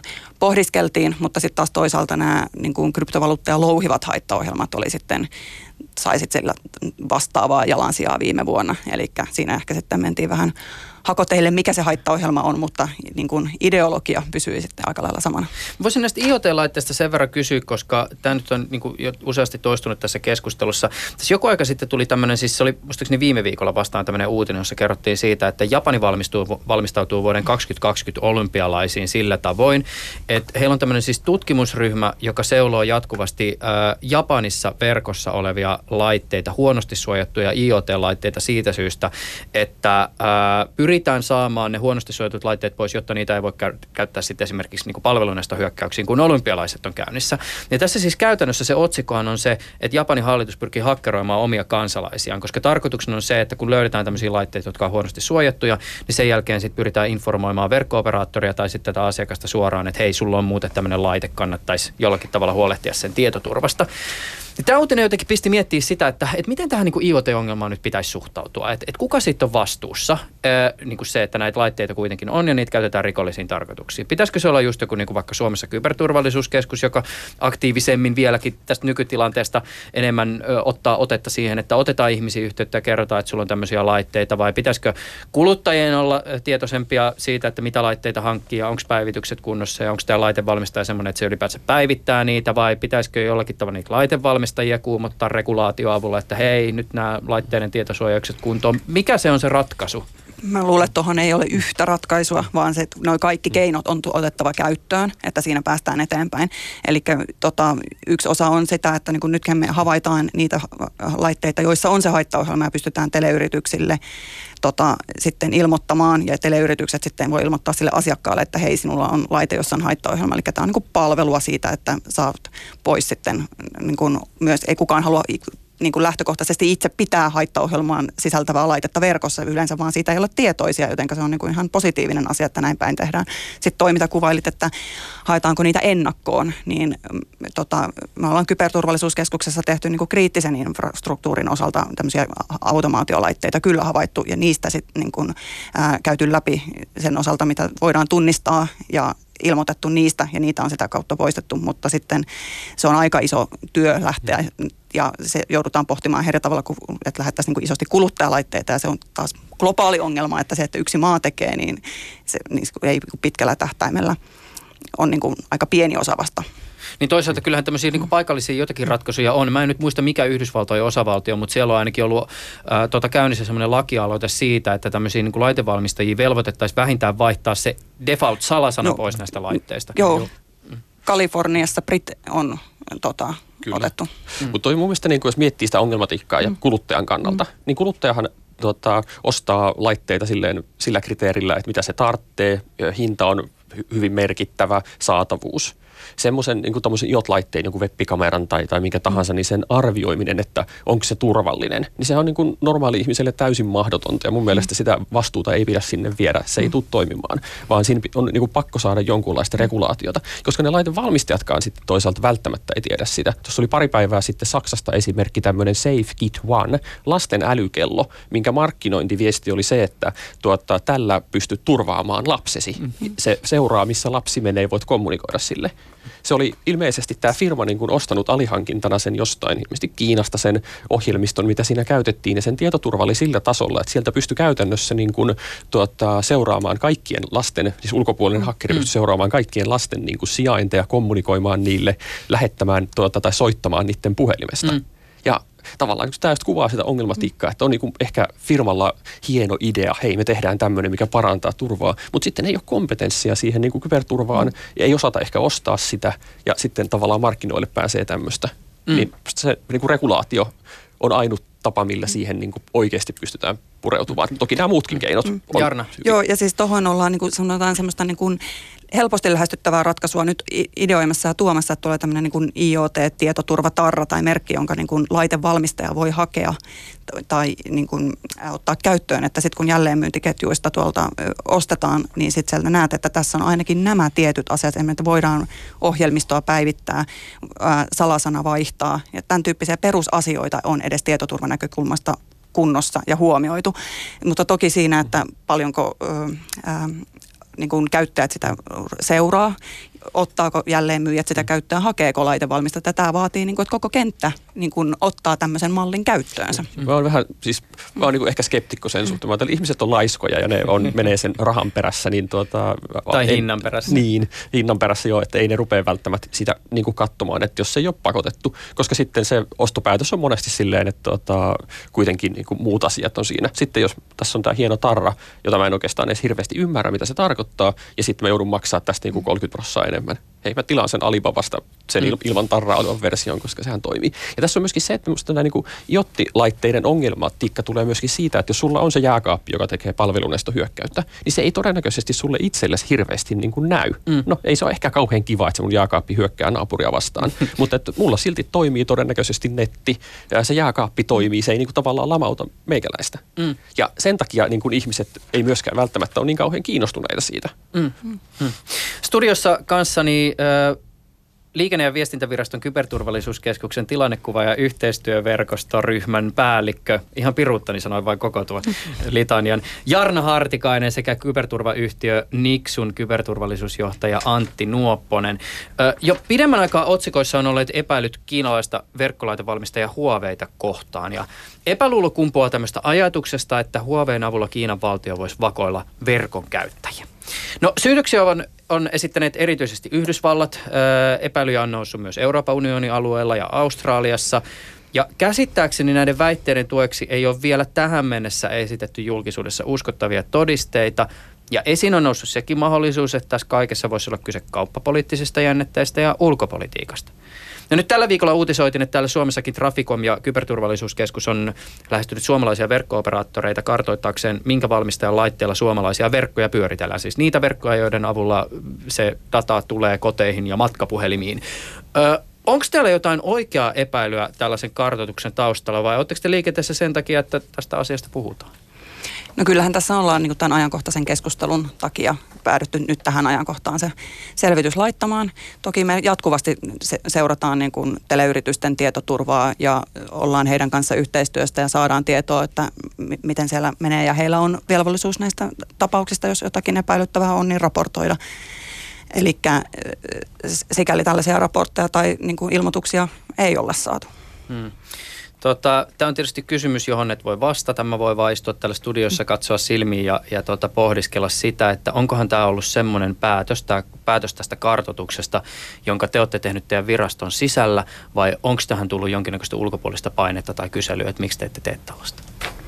pohdiskeltiin, mutta sitten taas toisaalta nämä niin kuin kryptovaluutteja louhivat haittaohjelmat oli sitten, sai sitten sillä vastaavaa jalansijaa viime vuonna. Eli siinä ehkä sitten mentiin vähän hakoteille, mikä se haittaohjelma on, mutta niin kuin ideologia pysyi sitten aika lailla samana. Voisin näistä IoT-laitteista sen verran kysyä, koska tämä nyt on niin kuin jo useasti toistunut tässä keskustelussa. Tässä joku aika sitten tuli tämmöinen, siis se oli muistaakseni viime viikolla vastaan tämmöinen uutinen, jossa kerrottiin siitä, että Japani valmistautuu vuoden 2020 olympialaisiin sillä tavoin, että heillä on tämmöinen siis tutkimusryhmä, joka seuloo jatkuvasti Japanissa verkossa olevia laitteita, huonosti suojattuja IoT-laitteita siitä syystä, että pyritään saamaan ne huonosti suojatut laitteet pois, jotta niitä ei voi käyttää sitten esimerkiksi niin kuin palveluneista hyökkäyksiin, kun olympialaiset on käynnissä. Ja tässä siis käytännössä se otsikohan on se, että Japanin hallitus pyrkii hakkeroimaan omia kansalaisiaan, koska tarkoituksena on se, että kun löydetään tämmöisiä laitteita, jotka on huonosti suojattuja, niin sen jälkeen sitten pyritään informoimaan verkko-operaattoria tai sitten tätä asiakasta suoraan, että hei, sulla on muuten tämmöinen laite, kannattaisi jollakin tavalla huolehtia sen tietoturvasta. Tämä uutinen jotenkin pisti miettiä sitä, että miten tähän niin kuin IoT-ongelmaan nyt pitäisi suhtautua. Että kuka siitä on vastuussa, niin kuin se, että näitä laitteita kuitenkin on ja niitä käytetään rikollisiin tarkoituksiin. Pitäisikö se olla just joku niin kuin vaikka Suomessa kyberturvallisuuskeskus, joka aktiivisemmin vieläkin tästä nykytilanteesta enemmän ottaa otetta siihen, että otetaan ihmisiä yhteyttä ja kerrotaan, että sulla on tämmöisiä laitteita, vai pitäisikö kuluttajien olla tietoisempia siitä, että mitä laitteita hankkii ja onko päivitykset kunnossa ja onko tämä laitevalmistaja semmoinen, että se ylipäätään päivittää niitä, vai pitäisikö jollakin tavalla niitä laitevalmistajia kuumottaa regulaatioavulla, että hei, nyt nämä laitteiden tietosuojaukset kuntoon. Mikä se on se ratkaisu? Mä luulen, että tuohon ei ole yhtä ratkaisua, vaan se, että nuo kaikki keinot on otettava käyttöön, että siinä päästään eteenpäin. Eli yksi osa on sitä, että niin kun nyt me havaitaan niitä laitteita, joissa on se haittaohjelma ja pystytään teleyrityksille sitten ilmoittamaan, ja teleyritykset sitten voi ilmoittaa sille asiakkaalle, että hei, sinulla on laite, jossa on haittaohjelma. Eli tämä on niin kuin palvelua siitä, että saat pois sitten, niin kuin myös ei kukaan halua niin kuin lähtökohtaisesti itse pitää haittaohjelmaan sisältävää laitetta verkossa yleensä, vaan siitä ei ole tietoisia, joten se on niin kuin ihan positiivinen asia, että näin päin tehdään. Sitten toi, mitä kuvailit, että haetaanko niitä ennakkoon, niin me ollaan Kyberturvallisuuskeskuksessa tehty niin kuin kriittisen infrastruktuurin osalta tämmöisiä automaatiolaitteita kyllä havaittu, ja niistä sitten niin kuin käyty läpi sen osalta, mitä voidaan tunnistaa ja ilmoitettu niistä, ja niitä on sitä kautta poistettu, mutta sitten se on aika iso työ lähteä, ja se joudutaan pohtimaan eri tavalla, että lähdettäisiin niin kuin isosti kuluttajalaitteita, ja se on taas globaali ongelma, että se, että yksi maa tekee, niin se niin ei pitkällä tähtäimellä on niin kuin aika pieni osa vasta. Niin toisaalta kyllähän tämmöisiä niin kuin paikallisia jotakin ratkaisuja on. Mä en nyt muista mikä Yhdysvaltojen osavaltio, mutta siellä on ainakin ollut käynnissä semmoinen lakialoite siitä, että tämmöisiä niin kuin laitevalmistajia velvoitettaisiin vähintään vaihtaa se default-salasana pois näistä laitteista. Joo, Kaliforniassa Brit on otettu. Mutta toi mun mielestä, niin jos miettii sitä ongelmatiikkaa ja kuluttajan kannalta, niin kuluttajahan ostaa laitteita sillä kriteerillä, että mitä se tarvitsee, hinta on hyvin merkittävä, saatavuus. Semmoisen niin tommoisen IoT-laitteen, joku web-kameran tai minkä tahansa, niin sen arvioiminen, että onko se turvallinen, niin se on niin kuin normaali ihmiselle täysin mahdotonta. Ja mun mielestä sitä vastuuta ei pidä sinne viedä. Se ei tule toimimaan, vaan siinä on niin kuin pakko saada jonkunlaista regulaatiota, koska ne laitevalmistajatkaan sitten toisaalta välttämättä ei tiedä sitä. Tuossa oli pari päivää sitten Saksasta esimerkki tämmöinen SafeKit One, lasten älykello, minkä markkinointiviesti oli se, että tällä pystyt turvaamaan lapsesi. Se seuraa, missä lapsi menee, voit kommunikoida sille. Se oli ilmeisesti tämä firma niin kuin ostanut alihankintana sen jostain, ilmeisesti Kiinasta sen ohjelmiston, mitä siinä käytettiin, ja sen tietoturva oli sillä tasolla, että sieltä pystyi käytännössä niin kuin, seuraamaan kaikkien lasten, siis ulkopuolinen hakkeri pystyi seuraamaan kaikkien lasten niin kuin sijainteja, kommunikoimaan niille, lähettämään tai soittamaan niiden puhelimesta. Ja tavallaan tämä just kuvaa sitä ongelmatiikkaa, että on niin kuin ehkä firmalla hieno idea, hei me tehdään tämmöinen, mikä parantaa turvaa, mutta sitten ei ole kompetenssia siihen niin kuin kyberturvaan ja ei osata ehkä ostaa sitä ja sitten tavallaan markkinoille pääsee tämmöistä. Niin se niin kuin regulaatio on ainut tapa, millä siihen niin kuin oikeasti pystytään pureutumaan. Toki nämä muutkin keinot on. Jarna. Joo, ja siis tuohon ollaan niin kuin sanotaan semmoista niin kuin helposti lähestyttävää ratkaisua nyt ideoimassa ja tuomassa, että tulee tämmöinen niin kuin IoT-tietoturvatarra tai merkki, jonka niin kuin laitevalmistaja voi hakea tai niin kuin ottaa käyttöön, että sitten kun jälleenmyyntiketjuista tuolta ostetaan, niin sitten sieltä näet, että tässä on ainakin nämä tietyt asiat, että voidaan ohjelmistoa päivittää, salasana vaihtaa ja tämän tyyppisiä perusasioita on edes tietoturvanäkökulmasta kunnossa ja huomioitu, mutta toki siinä, että paljonko niin kuin käyttäjät sitä seuraa ottaako jälleenmyyjät sitä käyttöön, hakeeko laitevalmistajat. Tämä vaatii, niin kuin, että koko kenttä niin kuin, ottaa tämmöisen mallin käyttöönsä. Mä oon vähän, siis mä oon niin kuin ehkä skeptikko sen suhteen. Mä ajattelin, ihmiset on laiskoja ja ne menee sen rahan perässä. Niin tai hinnan perässä. Niin, hinnan perässä joo, että ei ne rupea välttämättä sitä niin kuin katsomaan, että jos se ei ole pakotettu. Koska sitten se ostopäätös on monesti silleen, että kuitenkin niin kuin muut asiat on siinä. Sitten jos tässä on tämä hieno tarra, jota mä en oikeastaan edes hirveästi ymmärrä, mitä se tarkoittaa, ja sitten mä joudun maksaa tästä niin kuin 30% enemmän. Hei, mä tilaan sen Alibabasta sen ilman tarraa olevan version, koska sehän toimii. Ja tässä on myöskin se, että minusta tämä niin jottilaitteiden ongelmatiikka tulee myöskin siitä, että jos sulla on se jääkaappi, joka tekee palvelunestohyökkäyttä, niin se ei todennäköisesti sulle itsellesi hirveästi niin kuin näy. No, ei se ole ehkä kauhean kiva, että se mun jääkaappi hyökkää naapuria vastaan, mutta että mulla silti toimii todennäköisesti netti, ja se jääkaappi toimii, se ei niin kuin tavallaan lamauta meikäläistä. Ja sen takia niin kuin ihmiset ei myöskään välttämättä ole niin kauhean kiinnostuneita siitä. Studiossa kanssani Liikenne- ja viestintäviraston kyberturvallisuuskeskuksen tilannekuva- ja yhteistyöverkostoryhmän päällikkö, ihan piruuttani sanoin vain koko tuon litanian, Jarna Hartikainen sekä kyberturvayhtiö Nixun kyberturvallisuusjohtaja Antti Nuopponen. Jo pidemmän aikaa otsikoissa on olleet epäilyt kiinalaista verkkolaitevalmistaja Huaweita kohtaan. Ja epäluulo kumpuaa tämmöistä ajatuksesta, että Huawein avulla Kiinan valtio voisi vakoilla verkon käyttäjiä. No, syytöksiä on esittäneet erityisesti Yhdysvallat. Epäilyjä on noussut myös Euroopan unionin alueella ja Australiassa. Ja käsittääkseni näiden väitteiden tueksi ei ole vielä tähän mennessä esitetty julkisuudessa uskottavia todisteita. Ja esiin on noussut sekin mahdollisuus, että tässä kaikessa voisi olla kyse kauppapoliittisista jännitteistä ja ulkopolitiikasta. No nyt tällä viikolla uutisoitiin, että täällä Suomessakin Traficom ja Kyberturvallisuuskeskus on lähestynyt suomalaisia verkko-operaattoreita kartoittaakseen, minkä valmistajan laitteella suomalaisia verkkoja pyöritellään. Siis niitä verkkoja, joiden avulla se data tulee koteihin ja matkapuhelimiin. Onko teillä jotain oikeaa epäilyä tällaisen kartoituksen taustalla vai oletteko te liikenteessä sen takia, että tästä asiasta puhutaan? No kyllähän tässä ollaan niin tämän ajankohtaisen keskustelun takia päädytty nyt tähän ajankohtaan se selvitys laittamaan. Toki me jatkuvasti seurataan niin kuin teleyritysten tietoturvaa ja ollaan heidän kanssa yhteistyöstä ja saadaan tietoa, että miten siellä menee. Ja heillä on velvollisuus näistä tapauksista, jos jotakin epäilyttävää on, niin raportoida. Eli sikäli tällaisia raportteja tai niin kuin ilmoituksia ei olla saatu. Tämä on tietysti kysymys, johon et voi vastata. Mä voin vaan istua täällä studiossa, katsoa silmiin ja pohdiskella sitä, että onkohan tämä ollut semmoinen päätös tästä kartoituksesta, jonka te olette tehnyt teidän viraston sisällä, vai onko tähän tullut jonkinnäköistä ulkopuolista painetta tai kyselyä, että miksi te ette tee tällaista?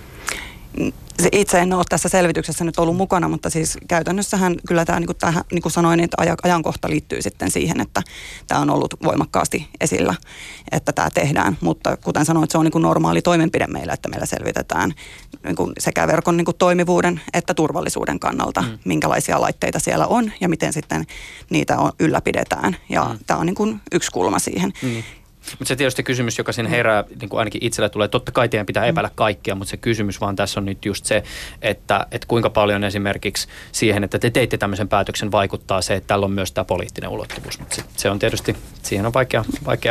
Itse en ole tässä selvityksessä nyt ollut mukana, mutta siis käytännössähän kyllä tämä, niin kuin sanoin, että ajankohta liittyy sitten siihen, että tämä on ollut voimakkaasti esillä, että tämä tehdään. Mutta kuten sanoin, että se on niin kuin normaali toimenpide meillä, että meillä selvitetään niin kuin sekä verkon niin kuin toimivuuden että turvallisuuden kannalta, minkälaisia laitteita siellä on ja miten sitten niitä ylläpidetään. Ja tämä on niin kuin yksi kulma siihen. Mutta se tietysti kysymys, joka siinä herää, niin kuin ainakin itsellä tulee, totta kai teidän pitää epäillä kaikkia, mutta se kysymys vaan tässä on nyt just se, että kuinka paljon esimerkiksi siihen, että te teitte tämmöisen päätöksen, vaikuttaa se, että tällä on myös tämä poliittinen ulottuvuus. Mutta se on tietysti, siihen on vaikea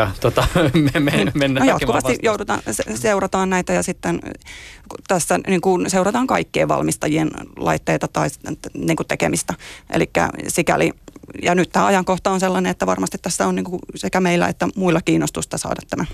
mennä. No jatkuvasti seurataan näitä ja sitten tässä niin kuin seurataan kaikkien valmistajien laitteita tai niin kuin tekemistä. Eli sikäli. Ja nyt tämä ajankohta on sellainen, että varmasti tässä on niin kuin sekä meillä että muilla kiinnostusta saada tämä.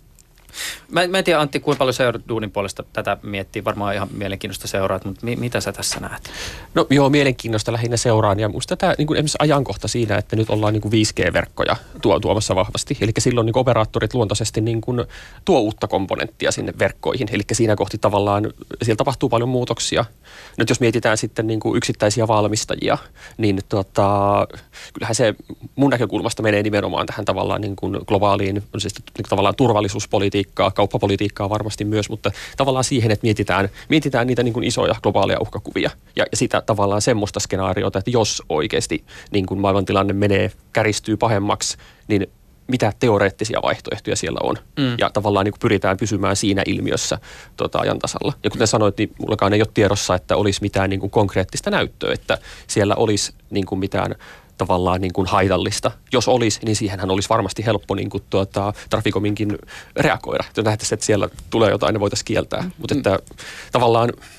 Mä en tiedä, Antti, kuinka paljon sä duunin puolesta tätä miettii. Varmaan ihan mielenkiintoista seuraat, mutta mitä sä tässä näet? No joo, mielenkiinnosta lähinnä seuraan. Ja musta tämä niin esimerkiksi ajankohta siinä, että nyt ollaan niin kuin 5G-verkkoja tuomassa vahvasti. Eli silloin niin operaattorit luontaisesti niin kuin tuo uutta komponenttia sinne verkkoihin. Eli siinä kohti tavallaan, siellä tapahtuu paljon muutoksia. Nyt jos mietitään sitten niin kuin yksittäisiä valmistajia, niin kyllähän se mun näkökulmasta menee nimenomaan tähän tavallaan niin kuin globaaliin, siis tavallaan turvallisuuspolitiikkaa, kauppapolitiikkaa varmasti myös, mutta tavallaan siihen, että mietitään niitä niin kuin isoja globaaleja uhkakuvia ja sitä tavallaan semmoista skenaariota, että jos oikeasti niin kuin maailmantilanne kärjistyy pahemmaksi, niin mitä teoreettisia vaihtoehtoja siellä on. Ja tavallaan niin kuin pyritään pysymään siinä ilmiössä ajan tasalla. Ja kuten sanoit, niin mullakaan ei ole tiedossa, että olisi mitään niin kuin konkreettista näyttöä, että siellä olisi niin kuin mitään tavallaan niin kuin haitallista. Jos olisi, niin siihenhän olisi varmasti helppo niin kuin Traficominkin reagoida. Jos nähtäisiin, että siellä tulee jotain, ne voitaisiin kieltää. Mutta että tavallaan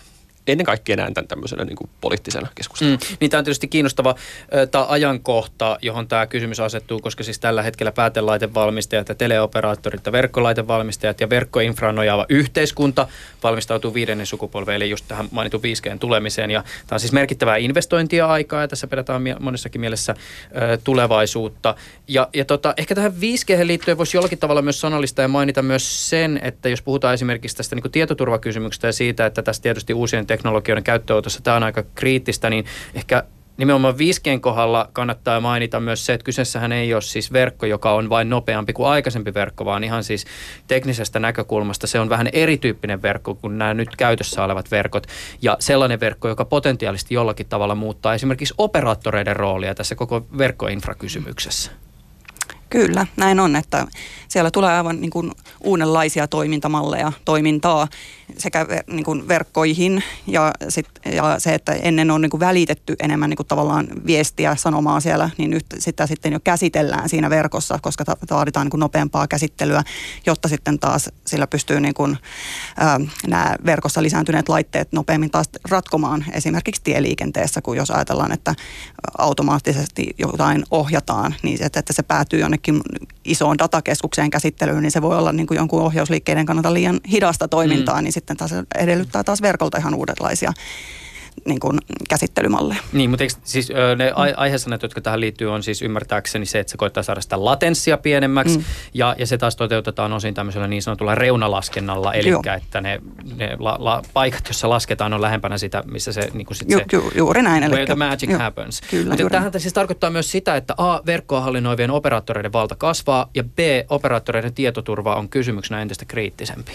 ennen kaikkea näen tämän tämmöisenä niin kuin poliittisena keskusteluna. Niin tämä on tietysti kiinnostava tämä ajankohta, johon tämä kysymys asettuu, koska siis tällä hetkellä päätelaitevalmistajat ja teleoperaattorit ja verkkolaitevalmistajat ja verkkoinfraan nojaava yhteiskunta valmistautuu 5. sukupolveen, eli just tähän mainitun 5G:n tulemiseen. Ja tämä on siis merkittävää investointia aikaa ja tässä pelätään monessakin mielessä tulevaisuutta. Ja ehkä tähän 5G:hen liittyen voisi jollakin tavalla myös sanallistaa ja mainita myös sen, että jos puhutaan esimerkiksi tästä niin kuin tietoturvakysymyksestä ja siitä, että tässä tietysti uusien teknologioiden käyttöönotossa tämä on aika kriittistä, niin ehkä nimenomaan 5G:n kohdalla kannattaa mainita myös se, että kyseessähän ei ole siis verkko, joka on vain nopeampi kuin aikaisempi verkko, vaan ihan siis teknisestä näkökulmasta se on vähän erityyppinen verkko kuin nämä nyt käytössä olevat verkot. Ja sellainen verkko, joka potentiaalisesti jollakin tavalla muuttaa esimerkiksi operaattoreiden roolia tässä koko verkkoinfrakysymyksessä. Kyllä, näin on, että siellä tulee aivan niin kuin uudenlaisia toimintamalleja, toimintaa sekä niin kuin verkkoihin ja se, että ennen on niin kuin välitetty enemmän niin kuin tavallaan viestiä, sanomaa siellä, niin nyt sitä sitten jo käsitellään siinä verkossa, koska vaaditaan niin kuin nopeampaa käsittelyä, jotta sitten taas sillä pystyy niin kuin, nämä verkossa lisääntyneet laitteet nopeammin taas ratkomaan esimerkiksi tieliikenteessä, kun jos ajatellaan, että automaattisesti jotain ohjataan, niin että se päätyy jonnekin isoon datakeskukseen käsittelyyn, niin se voi olla niin kuin jonkun ohjausliikkeiden kannalta liian hidasta toimintaa, niin sitten taas edellyttää taas verkolta ihan uudenlaisia niin kuin käsittelymalleja. Niin, mutta siis ne aihesanat, jotka tähän liittyy, on siis ymmärtääkseni se, että se koittaa saada sitä latenssia pienemmäksi, ja se taas toteutetaan osin tämmöisellä niin sanotulla reunalaskennalla, eli että ne paikat, joissa lasketaan, on lähempänä sitä, missä se niin kuin sit juuri näin. Where the magic happens. Kyllä, mutta tämähän siis tarkoittaa myös sitä, että A, verkkoa hallinnoivien operaattoreiden valta kasvaa, ja B, operaattoreiden tietoturva on kysymyksenä entistä kriittisempi.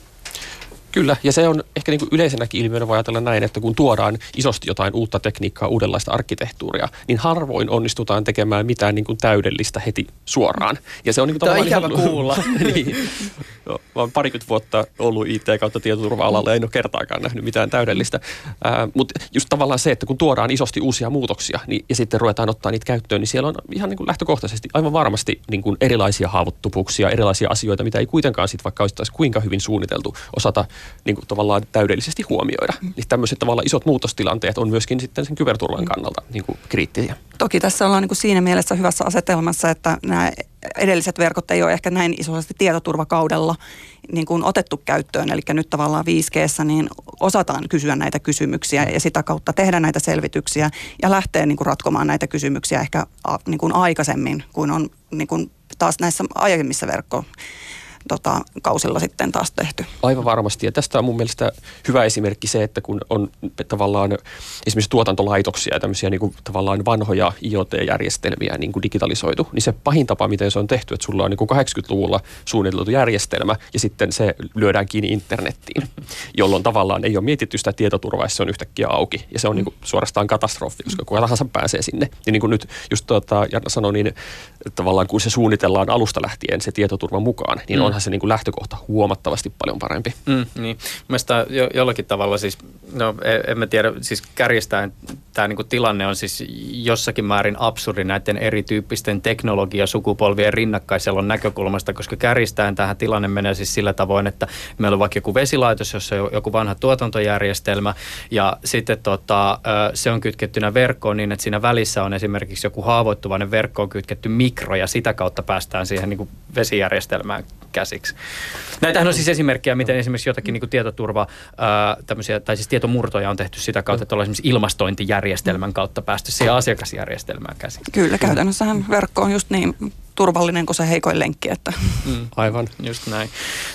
Kyllä, ja se on ehkä niin kuin yleisenäkin ilmiönä voi ajatella näin, että kun tuodaan isosti jotain uutta tekniikkaa, uudenlaista arkkitehtuuria, niin harvoin onnistutaan tekemään mitään niin kuin täydellistä heti suoraan. Ja se on niin kuin tämä on ikävä kuulla. Niin. No, mä oon 20 vuotta ollut IT kautta tietoturva-alalla ja en ole kertaakaan nähnyt mitään täydellistä. Mutta just tavallaan se, että kun tuodaan isosti uusia muutoksia niin, ja sitten ruvetaan ottaa niitä käyttöön, niin siellä on ihan niin kuin lähtökohtaisesti aivan varmasti niin kuin erilaisia haavoittuvuuksia, erilaisia asioita, mitä ei kuitenkaan sitten vaikka olisi kuinka hyvin suunniteltu osata niin kuin tavallaan täydellisesti huomioida. Niin tämmöiset tavallaan isot muutostilanteet on myöskin sitten sen kyberturvan kannalta niin kuin kriittisiä. Toki tässä ollaan niin kuin siinä mielessä hyvässä asetelmassa, että nämä edelliset verkot ei ole ehkä näin isosti tietoturvakaudella niin kuin otettu käyttöön. Eli nyt tavallaan 5G:ssä niin osataan kysyä näitä kysymyksiä ja sitä kautta tehdä näitä selvityksiä ja lähteä niin kuin ratkomaan näitä kysymyksiä ehkä niin kuin aikaisemmin kuin on niin kuin taas näissä aiemmissa kausilla sitten taas tehty. Aivan varmasti. Ja tästä on mun mielestä hyvä esimerkki se, että kun on tavallaan esimerkiksi tuotantolaitoksia ja tämmöisiä niin kuin tavallaan vanhoja IoT-järjestelmiä niin kuin digitalisoitu, niin se pahin tapa, miten se on tehty, että sulla on niin kuin 80-luvulla suunniteltu järjestelmä ja sitten se lyödään kiinni internettiin, jolloin tavallaan ei ole mietitty sitä tietoturvaa, se on yhtäkkiä auki. Ja se on niin kuin suorastaan katastrofi, koska kuka tahansa pääsee sinne. Niin kuin nyt just Jarno sanoi, niin tavallaan kun se suunnitellaan alusta lähtien se tietoturva mukaan, niin onhan se niin kuin lähtökohta huomattavasti paljon parempi. Niin. Mielestäni jollakin tavalla siis, no en mä tiedä, siis kärjistäen tämä niin kuin tilanne on siis jossakin määrin absurdi näiden erityyppisten teknologiasukupolvien rinnakkaiselon näkökulmasta, koska kärjistäen tähän tilanne menee siis sillä tavoin, että meillä on vaikka joku vesilaitos, jossa on joku vanha tuotantojärjestelmä ja sitten se on kytkettynä verkkoon niin, että siinä välissä on esimerkiksi joku haavoittuvainen verkko on kytketty mikro ja sitä kautta päästään siihen niin kuin vesijärjestelmään käsiksi. Näitähän on siis esimerkkejä, miten esimerkiksi jotakin niin kuin tietoturva, tämmöisiä, tai siis tietomurtoja on tehty sitä kautta, että ollaan esimerkiksi ilmastointijärjestelmän kautta päästy siihen asiakasjärjestelmään käsiksi. Kyllä, käytännössähän verkko on just niin turvallinen kuin se heikoin lenkki. Että. Aivan, just näin.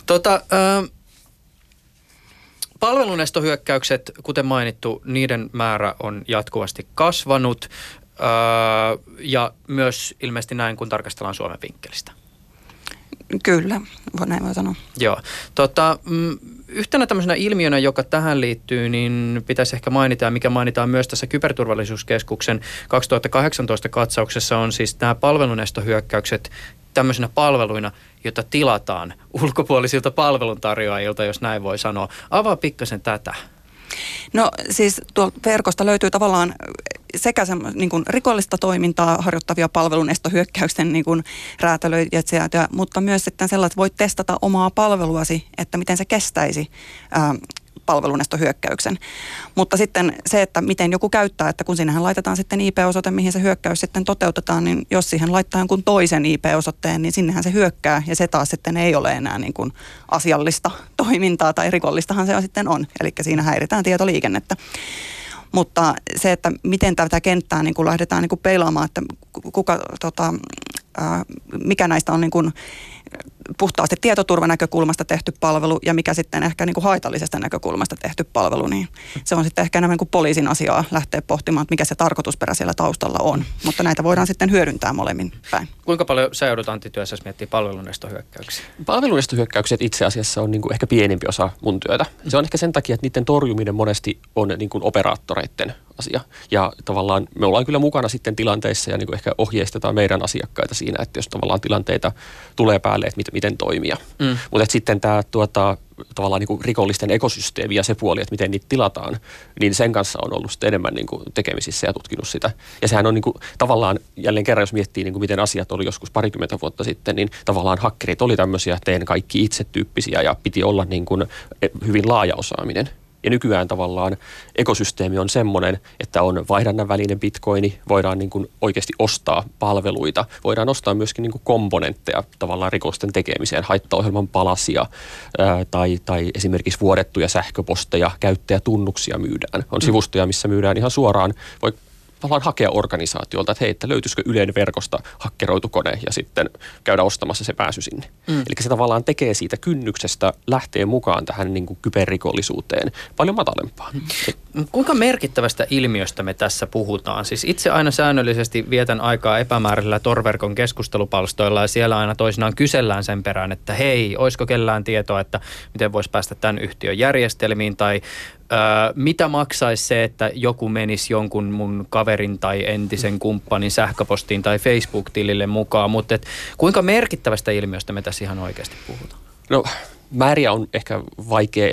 Palvelunestohyökkäykset, kuten mainittu, niiden määrä on jatkuvasti kasvanut ja myös ilmeisesti näin, kun tarkastellaan Suomen vinkkelistä. Kyllä, näin voi sanoa. Joo. Yhtenä tämmöisenä ilmiönä, joka tähän liittyy, niin pitäisi ehkä mainita, ja mikä mainitaan myös tässä Kyberturvallisuuskeskuksen 2018 katsauksessa, on siis nämä palvelunestohyökkäykset tämmöisenä palveluina, joita tilataan ulkopuolisilta palveluntarjoajilta, jos näin voi sanoa. Avaa pikkasen tätä. No siis tuolta verkosta löytyy tavallaan sekä niin kuin rikollista toimintaa harjoittavia palvelunestohyökkäyksen niin kuin räätälöitsiä, mutta myös sitten sellaiset, että voit testata omaa palveluasi, että miten se kestäisi palvelunestohyökkäyksen. Mutta sitten se, että miten joku käyttää, että kun sinnehän laitetaan sitten IP-osoite, mihin se hyökkäys sitten toteutetaan, niin jos siihen laittaa jonkun toisen IP-osoitteen, niin sinnehän se hyökkää ja se taas sitten ei ole enää niin kuin asiallista toimintaa tai rikollistahan se sitten on. Eli siinä häiritään tietoliikennettä. Mutta se, että miten tätä kenttää niin kuin lähdetään niin kuin peilaamaan, että mikä näistä on niin kuin puhtaasti tietoturvanäkökulmasta tehty palvelu ja mikä sitten ehkä niin kuin haitallisesta näkökulmasta tehty palvelu, niin se on sitten ehkä enemmän kuin poliisin asiaa lähteä pohtimaan, että mikä se tarkoitusperä siellä taustalla on. Mutta näitä voidaan sitten hyödyntää molemmin päin. Kuinka paljon sä joudut Antti työssä, jos miettii palvelunestohyökkäyksiä? Palvelunestohyökkäykset itse asiassa on niin kuin ehkä pienempi osa mun työtä. Se on ehkä sen takia, että niiden torjuminen monesti on niin kuin operaattoreiden asia. Ja tavallaan me ollaan kyllä mukana sitten tilanteissa ja niin kuin ehkä ohjeistetaan meidän asiakkaita siinä, että jos tavallaan tilanteita tulee päälle, että miten toimia. Mutta sitten tämä tavallaan niin kuin rikollisten ekosysteemi ja se puoli, että miten niitä tilataan, niin sen kanssa on ollut sitten enemmän niin kuin tekemisissä ja tutkinut sitä. Ja sehän on niin kuin, tavallaan, jälleen kerran jos miettii, niin kuin miten asiat oli joskus 20 vuotta sitten, niin tavallaan hakkerit oli tämmöisiä teen kaikki itse tyyppisiä ja piti olla niin kuin hyvin laaja osaaminen. Ja nykyään tavallaan ekosysteemi on semmoinen, että on vaihdannan välinen bitcoini, voidaan niin kuin oikeasti ostaa palveluita, voidaan ostaa myöskin niin kuin komponentteja tavallaan rikosten tekemiseen, haittaohjelman palasia tai esimerkiksi vuodettuja sähköposteja, käyttäjätunnuksia myydään. On sivustoja, missä myydään ihan suoraan, voi tavallaan hakea organisaatiolta, että hei, että löytyisikö Ylen verkosta hakkeroitu kone ja sitten käydä ostamassa se pääsy sinne. Eli se tavallaan tekee siitä kynnyksestä lähtee mukaan tähän niin kuin kyberrikollisuuteen paljon matalempaa. Kuinka merkittävästä ilmiöstä me tässä puhutaan? Siis itse aina säännöllisesti vietän aikaa epämääräisillä Tor-verkon keskustelupalstoilla ja siellä aina toisinaan kysellään sen perään, että hei, olisiko kellään tietoa, että miten voisi päästä tämän yhtiön järjestelmiin tai mitä maksaisi se, että joku menisi jonkun mun kaverin tai entisen kumppanin sähköpostiin tai Facebook-tilille mukaan, mutta kuinka merkittävästä ilmiöstä me tässä ihan oikeasti puhutaan? No määriä on ehkä vaikea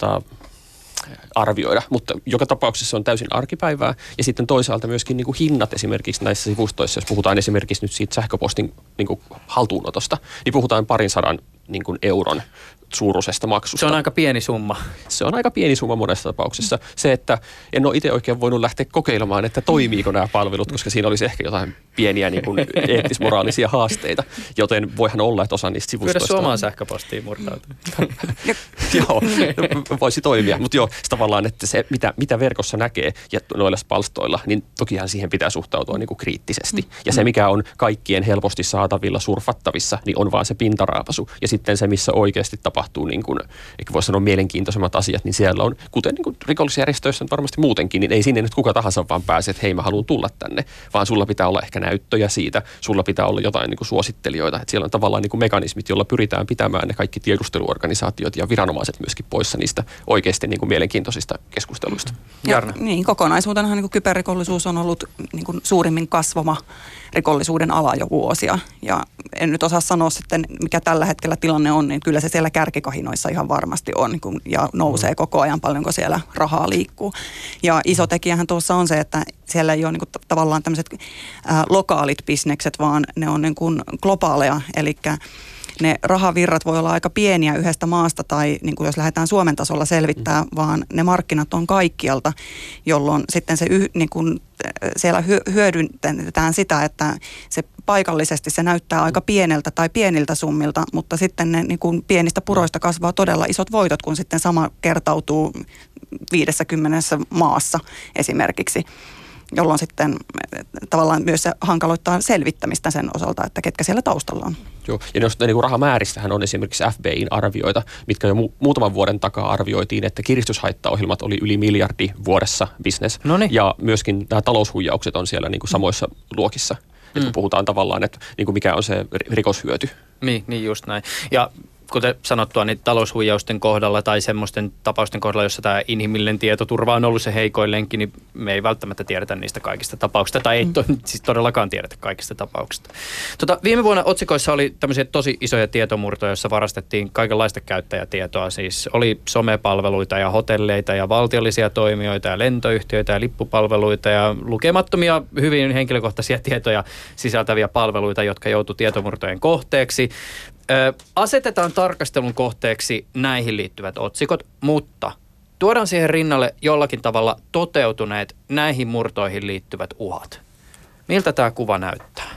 arvioida, mutta joka tapauksessa on täysin arkipäivää ja sitten toisaalta myöskin niin kuin hinnat esimerkiksi näissä sivustoissa, jos puhutaan esimerkiksi nyt siitä sähköpostin niin kuin haltuunotosta, niin puhutaan 200 niin kuin euron suuruisesta maksusta. Se on aika pieni summa. Se on aika pieni summa monessa tapauksessa. Se, että en ole itse oikein voinut lähteä kokeilemaan, että toimiiko nämä palvelut, koska siinä olisi ehkä jotain pieniä niin kuin eettis-moraalisia haasteita, joten voihan olla, että osa niistä sivustoista... Pyydä suomaan sähköpostiin murtautua. Joo, voisi toimia. Mutta joo, tavallaan, että se, mitä verkossa näkee ja noilla palstoilla, niin tokihan siihen pitää suhtautua niin kuin kriittisesti. Ja se, mikä on kaikkien helposti saatavilla surfattavissa, niin on vaan se pintaraapasu. Ja sitten se, missä oikeasti tapahtuu, niin kuin, ehkä voisi sanoa mielenkiintoisemmat asiat, niin siellä on, kuten niin kuin rikollisjärjestöissä varmasti muutenkin, niin ei sinne nyt kuka tahansa vaan pääse, että hei, mä haluan tulla tänne, vaan sulla pitää olla ehkä näyttöjä siitä, sulla pitää olla jotain niin kuin suosittelijoita, että siellä on tavallaan niin kuin mekanismit, joilla pyritään pitämään ne kaikki tiedusteluorganisaatiot ja viranomaiset myöskin poissa niistä oikeasti niin kuin mielenkiintoisista keskusteluista. Niin, kokonaisuutenahan niin kuin kyberrikollisuus on ollut niin kuin suurimmin kasvava rikollisuuden ala jo vuosia. Ja en nyt osaa sanoa sitten, mikä tällä hetkellä tilanne on, niin kyllä se siellä kärkikahinoissa ihan varmasti on niin ja nousee koko ajan, paljonko siellä rahaa liikkuu. Ja iso tekijähän tuossa on se, että siellä ei ole niin kuin tavallaan tämmöiset lokaalit bisnekset, vaan ne on niin kuin globaaleja, eli ne rahavirrat voi olla aika pieniä yhdestä maasta tai niin kuin jos lähdetään Suomen tasolla selvittää, vaan ne markkinat on kaikkialta, jolloin sitten se niin kuin siellä hyödynnetään sitä, että se paikallisesti se näyttää aika pieneltä tai pieniltä summilta, mutta sitten ne niin kuin pienistä puroista kasvaa todella isot voitot, kun sitten sama kertautuu 50 maassa esimerkiksi, jolloin sitten tavallaan myös se hankaloittaa selvittämistä sen osalta, että ketkä siellä taustalla on. Joo, ja noista niin rahamääristähän on esimerkiksi FBI:n arvioita, mitkä jo muutaman vuoden takaa arvioitiin, että kiristyshaittaohjelmat oli yli miljardi vuodessa business. Noniin. Ja myöskin nämä taloushuijaukset on siellä niin kuin samoissa luokissa. Että puhutaan tavallaan, että niin kuin mikä on se rikoshyöty. Niin just näin. Ja kuten sanottua, niin taloushuijausten kohdalla tai semmoisten tapausten kohdalla, jossa tämä inhimillinen tietoturva on ollut se heikoin lenkki, niin me ei välttämättä tiedetä niistä kaikista tapauksista, tai ei siis todellakaan tiedetä kaikista tapauksista. Viime vuonna otsikoissa oli tämmöisiä tosi isoja tietomurtoja, joissa varastettiin kaikenlaista käyttäjätietoa. Siis oli somepalveluita ja hotelleita ja valtiollisia toimijoita ja lentoyhtiöitä ja lippupalveluita ja lukemattomia hyvin henkilökohtaisia tietoja sisältäviä palveluita, jotka joutui tietomurtojen kohteeksi. Asetetaan tarkastelun kohteeksi näihin liittyvät otsikot, mutta tuodaan siihen rinnalle jollakin tavalla toteutuneet näihin murtoihin liittyvät uhat. Miltä tämä kuva näyttää?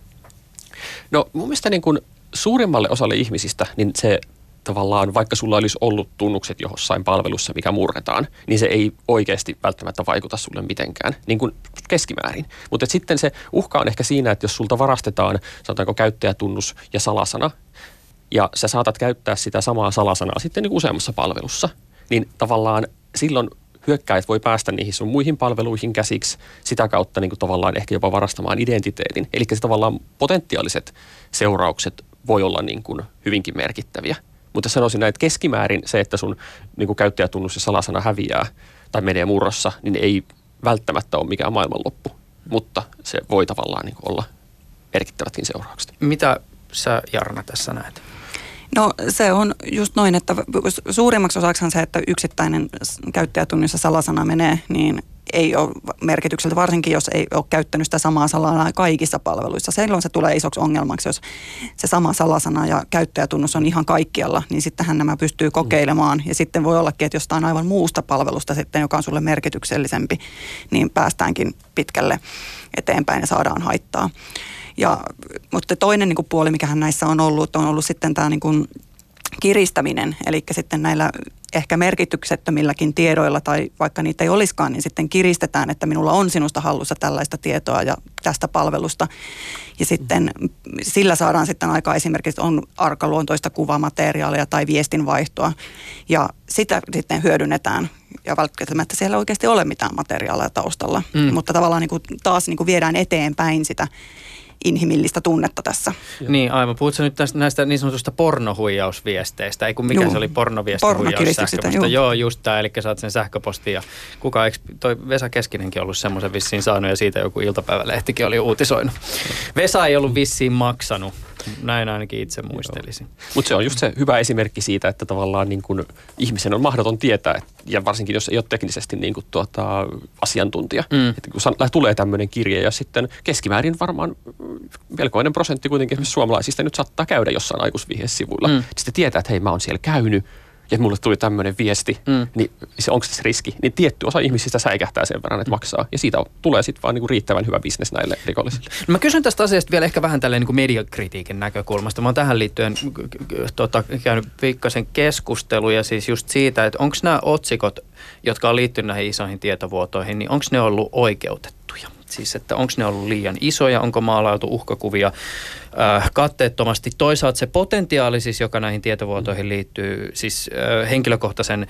No mun mielestä niin kuin suurimmalle osalle ihmisistä, niin se tavallaan, vaikka sulla olisi ollut tunnukset jossain palvelussa, mikä murretaan, niin se ei oikeasti välttämättä vaikuta sulle mitenkään, niin kuin keskimäärin. Mutta sitten se uhka on ehkä siinä, että jos sulta varastetaan, sanotaanko käyttäjätunnus ja salasana, ja sä saatat käyttää sitä samaa salasanaa sitten niin kuin useammassa palvelussa, niin tavallaan silloin hyökkäjät voi päästä niihin sun muihin palveluihin käsiksi, sitä kautta niin kuin tavallaan ehkä jopa varastamaan identiteetin. Eli se tavallaan potentiaaliset seuraukset voi olla niin kuin hyvinkin merkittäviä. Mutta sanoisin näin, että keskimäärin se, että sun niin kuin käyttäjätunnus ja salasana häviää tai menee murrossa, niin ei välttämättä ole mikään maailmanloppu. Mutta se voi tavallaan niin kuin olla merkittävätkin seuraukset. Mitä sä, Jarna, tässä näet? No se on just noin, että suurimmaksi osaksihan se, että yksittäinen käyttäjätunnus ja salasana menee, niin ei ole merkitykseltä, varsinkin jos ei ole käyttänyt sitä samaa salanaa kaikissa palveluissa. Silloin se tulee isoksi ongelmaksi, jos se sama salasana ja käyttäjätunnus on ihan kaikkialla, niin sittenhän nämä pystyy kokeilemaan. Ja sitten voi ollakin, että jostain aivan muusta palvelusta sitten, joka on sulle merkityksellisempi, niin päästäänkin pitkälle eteenpäin ja saadaan haittaa. Mutta toinen niin kuin puoli, mikähän näissä on ollut sitten tämä niin kuin kiristäminen, eli sitten näillä ehkä merkityksettömilläkin tiedoilla tai vaikka niitä ei olisikaan, niin sitten kiristetään, että minulla on sinusta hallussa tällaista tietoa ja tästä palvelusta. Ja sitten sillä saadaan sitten aikaa esimerkiksi on arkaluontoista kuvamateriaalia tai viestinvaihtoa ja sitä sitten hyödynnetään. Ja välttämättä siellä oikeasti ole mitään materiaalia taustalla, mutta tavallaan niin kuin taas niin kuin viedään eteenpäin sitä inhimillistä tunnetta tässä. Niin, aivan. Puhutko nyt näistä niin sanotusta pornohuijausviesteistä? Ei kun mikä se oli pornoviestihuijaus sähköposta? Joo, just tämä. Eli saat sen sähköpostin ja toi Vesa Keskinenkin ollut semmoisen vissiin saanut ja siitä joku iltapäivälehtikin oli uutisoinut. Vesa ei ollut vissiin maksanut. Näin ainakin itse muistelisin. Mutta se on just se hyvä esimerkki siitä, että tavallaan niin kun ihmisen on mahdoton tietää, ja varsinkin jos ei ole teknisesti niin kun asiantuntija. Että kun tulee tämmöinen kirje ja sitten keskimäärin varmaan melkoinen prosentti kuitenkin esimerkiksi suomalaisista nyt saattaa käydä jossain aikuisvihjesivuilla. Sitten tietää, että hei, mä oon siellä käynyt ja mulle tuli tämmöinen viesti, niin onko se riski? Niin tietty osa ihmisistä säikähtää sen verran, että maksaa. Ja siitä tulee sitten vaan niinku riittävän hyvä bisnes näille rikollisille. No mä kysyn tästä asiasta vielä ehkä vähän tälleen niinku mediakritiikin näkökulmasta. Mä oon tähän liittyen käynyt pikkasen keskusteluja siis just siitä, että onko nämä otsikot, jotka on liittynyt näihin isoihin tietovuotoihin, niin onko ne ollut oikeutettuja? Siis, että onko ne ollut liian isoja, onko maalautu uhkakuvia katteettomasti. Toisaalta se potentiaali, siis, joka näihin tietovuotoihin liittyy, siis henkilökohtaisen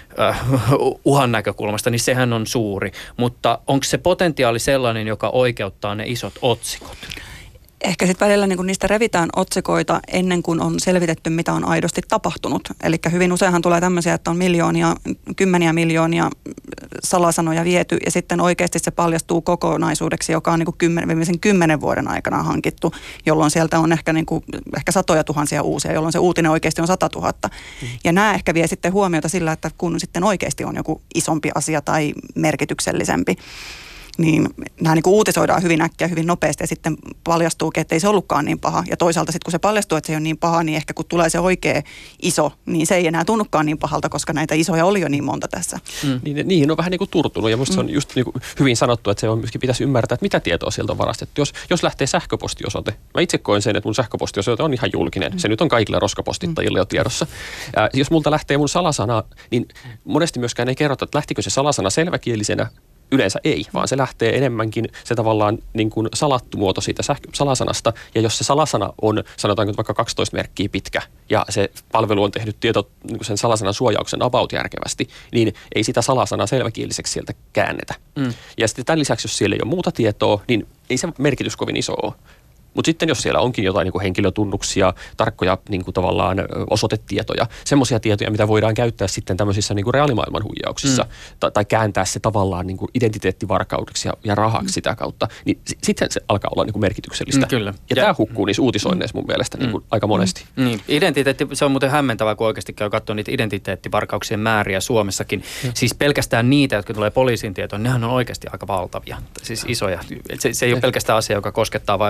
uhan näkökulmasta, niin sehän on suuri. Mutta onko se potentiaali sellainen, joka oikeuttaa ne isot otsikot? Ehkä sitten välillä niin niistä revitään otsikoita ennen kuin on selvitetty, mitä on aidosti tapahtunut. Eli hyvin useinhan tulee tämmöisiä, että on kymmeniä miljoonia salasanoja viety ja sitten oikeasti se paljastuu kokonaisuudeksi, joka on viimeisen 10 vuoden aikana hankittu, jolloin sieltä on ehkä satoja tuhansia uusia, jolloin se uutinen oikeasti on 100 000. Ja nämä ehkä vie sitten huomiota sillä, että kun sitten oikeasti on joku isompi asia tai merkityksellisempi, niin nämä niin kuin uutisoidaan hyvin äkkiä, hyvin nopeasti ja sitten paljastuukin, että ei se ollutkaan niin paha. Ja toisaalta sitten kun se paljastuu, että se ei ole niin paha, niin ehkä kun tulee se oikea iso, niin se ei enää tunnukaan niin pahalta, koska näitä isoja oli jo niin monta tässä. Niihin on vähän niin kuin turtunut ja musta se on just niin kuin hyvin sanottu, että se on myöskin pitäisi ymmärtää, että mitä tietoa sieltä on varastettu. Jos lähtee sähköpostiosoite, mä itse koen sen, että mun sähköpostiosoite on ihan julkinen. Se nyt on kaikille roskapostittajille jo tiedossa. Jos multa lähtee mun salasana, niin monesti myöskään ei kerrota, että lähtikö se salasana selväkielisenä. Yleensä ei, vaan se lähtee enemmänkin se tavallaan niin kuin salattu muoto siitä salasanasta. Ja jos se salasana on, sanotaanko vaikka 12 merkkiä pitkä, ja se palvelu on tehnyt niin sen salasanan suojauksen about järkevästi, niin ei sitä salasanaa selväkieliseksi sieltä käännetä. Ja sitten tämän lisäksi, jos siellä ei ole muuta tietoa, niin ei se merkitys kovin iso ole. Mutta sitten jos siellä onkin jotain niin kuin henkilötunnuksia, tarkkoja niin kuin tavallaan osoitetietoja, semmoisia tietoja, mitä voidaan käyttää sitten tämmöisissä niin kuin reaalimaailman huijauksissa tai kääntää se tavallaan niin kuin identiteettivarkaudeksi ja rahaksi sitä kautta, niin sitten se alkaa olla niin kuin merkityksellistä. Kyllä. Ja tämä hukkuu niissä uutisoinneissa mun mielestä niin kuin aika monesti. Niin. Identiteetti, se on muuten hämmentävää, kun oikeasti käy katsoa niitä identiteettivarkauksien määriä Suomessakin. Siis pelkästään niitä, jotka tulee poliisin tietoon, nehän on oikeasti aika valtavia, siis isoja. Se ei ole pelkästään asia, joka koskettaa vain jotakin niin kuin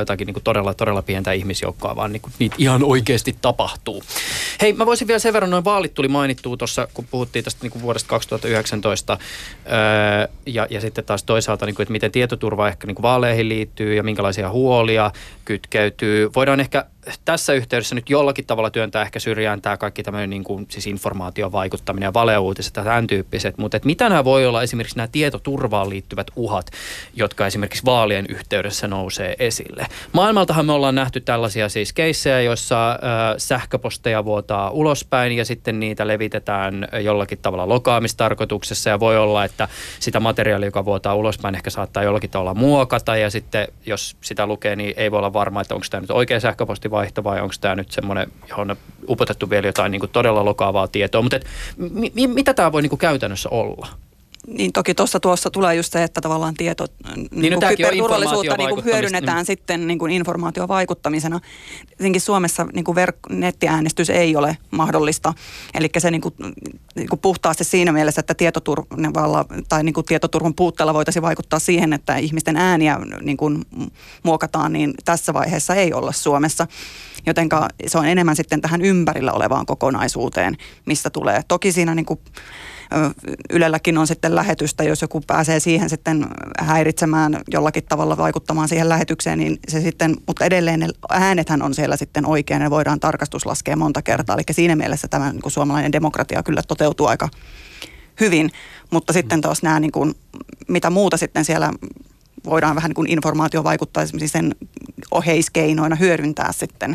todella, todella pientä ihmisjoukkoa, vaan niin kuin niitä ihan oikeasti tapahtuu. Hei, mä voisin vielä sen verran, noin vaalit tuli mainittua tuossa, kun puhuttiin tästä niin kuin vuodesta 2019 ja sitten taas toisaalta, niin kuin, että miten tietoturva ehkä niin kuin vaaleihin liittyy ja minkälaisia huolia kytkeytyy. Voidaan ehkä tässä yhteydessä nyt jollakin tavalla työntää ehkä syrjään tämä kaikki tämmöinen niin kuin, siis informaation vaikuttaminen ja valeuutiset ja tämän tyyppiset, mutta että mitä nämä voi olla esimerkiksi nämä tietoturvaan liittyvät uhat, jotka esimerkiksi vaalien yhteydessä nousee esille. Maailmaltahan me ollaan nähty tällaisia siis keissejä, joissa sähköposteja vuotaa ulospäin ja sitten niitä levitetään jollakin tavalla lokaamistarkoituksessa ja voi olla, että sitä materiaalia, joka vuotaa ulospäin, ehkä saattaa jollakin tavalla muokata ja sitten jos sitä lukee, niin ei voi olla varma, että onko tämä nyt oikea sähköpostivaihto vai onko tämä nyt semmoinen, johon on upotettu vielä jotain niin kuin todella lokaavaa tietoa, mutta mitä tämä voi niin kuin käytännössä olla? Niin toki tuossa tulee just se, että tavallaan kyberturvallisuutta niin hyödynnetään sitten niin kuin informaatiovaikuttamisena. Tietenkin Suomessa niin kuin nettiäänestys ei ole mahdollista, eli se niin kuin puhtaasti siinä mielessä, että tietoturvan puutteella voitaisiin vaikuttaa siihen, että ihmisten ääniä niin kuin muokataan, niin tässä vaiheessa ei olla Suomessa. Jotenka se on enemmän sitten tähän ympärillä olevaan kokonaisuuteen, mistä tulee. Toki siinä niin kuin Ylelläkin on sitten lähetystä, jos joku pääsee siihen sitten häiritsemään jollakin tavalla vaikuttamaan siihen lähetykseen, niin se sitten, mutta edelleen ne äänethän on siellä sitten oikein, ne voidaan tarkastuslaskea monta kertaa, eli siinä mielessä tämä niin kuin suomalainen demokratia kyllä toteutuu aika hyvin, mutta sitten taas nämä, niin kuin, mitä muuta sitten siellä voidaan vähän niin kuin informaatio vaikuttaa esimerkiksi sen oheiskeinoina hyödyntää sitten.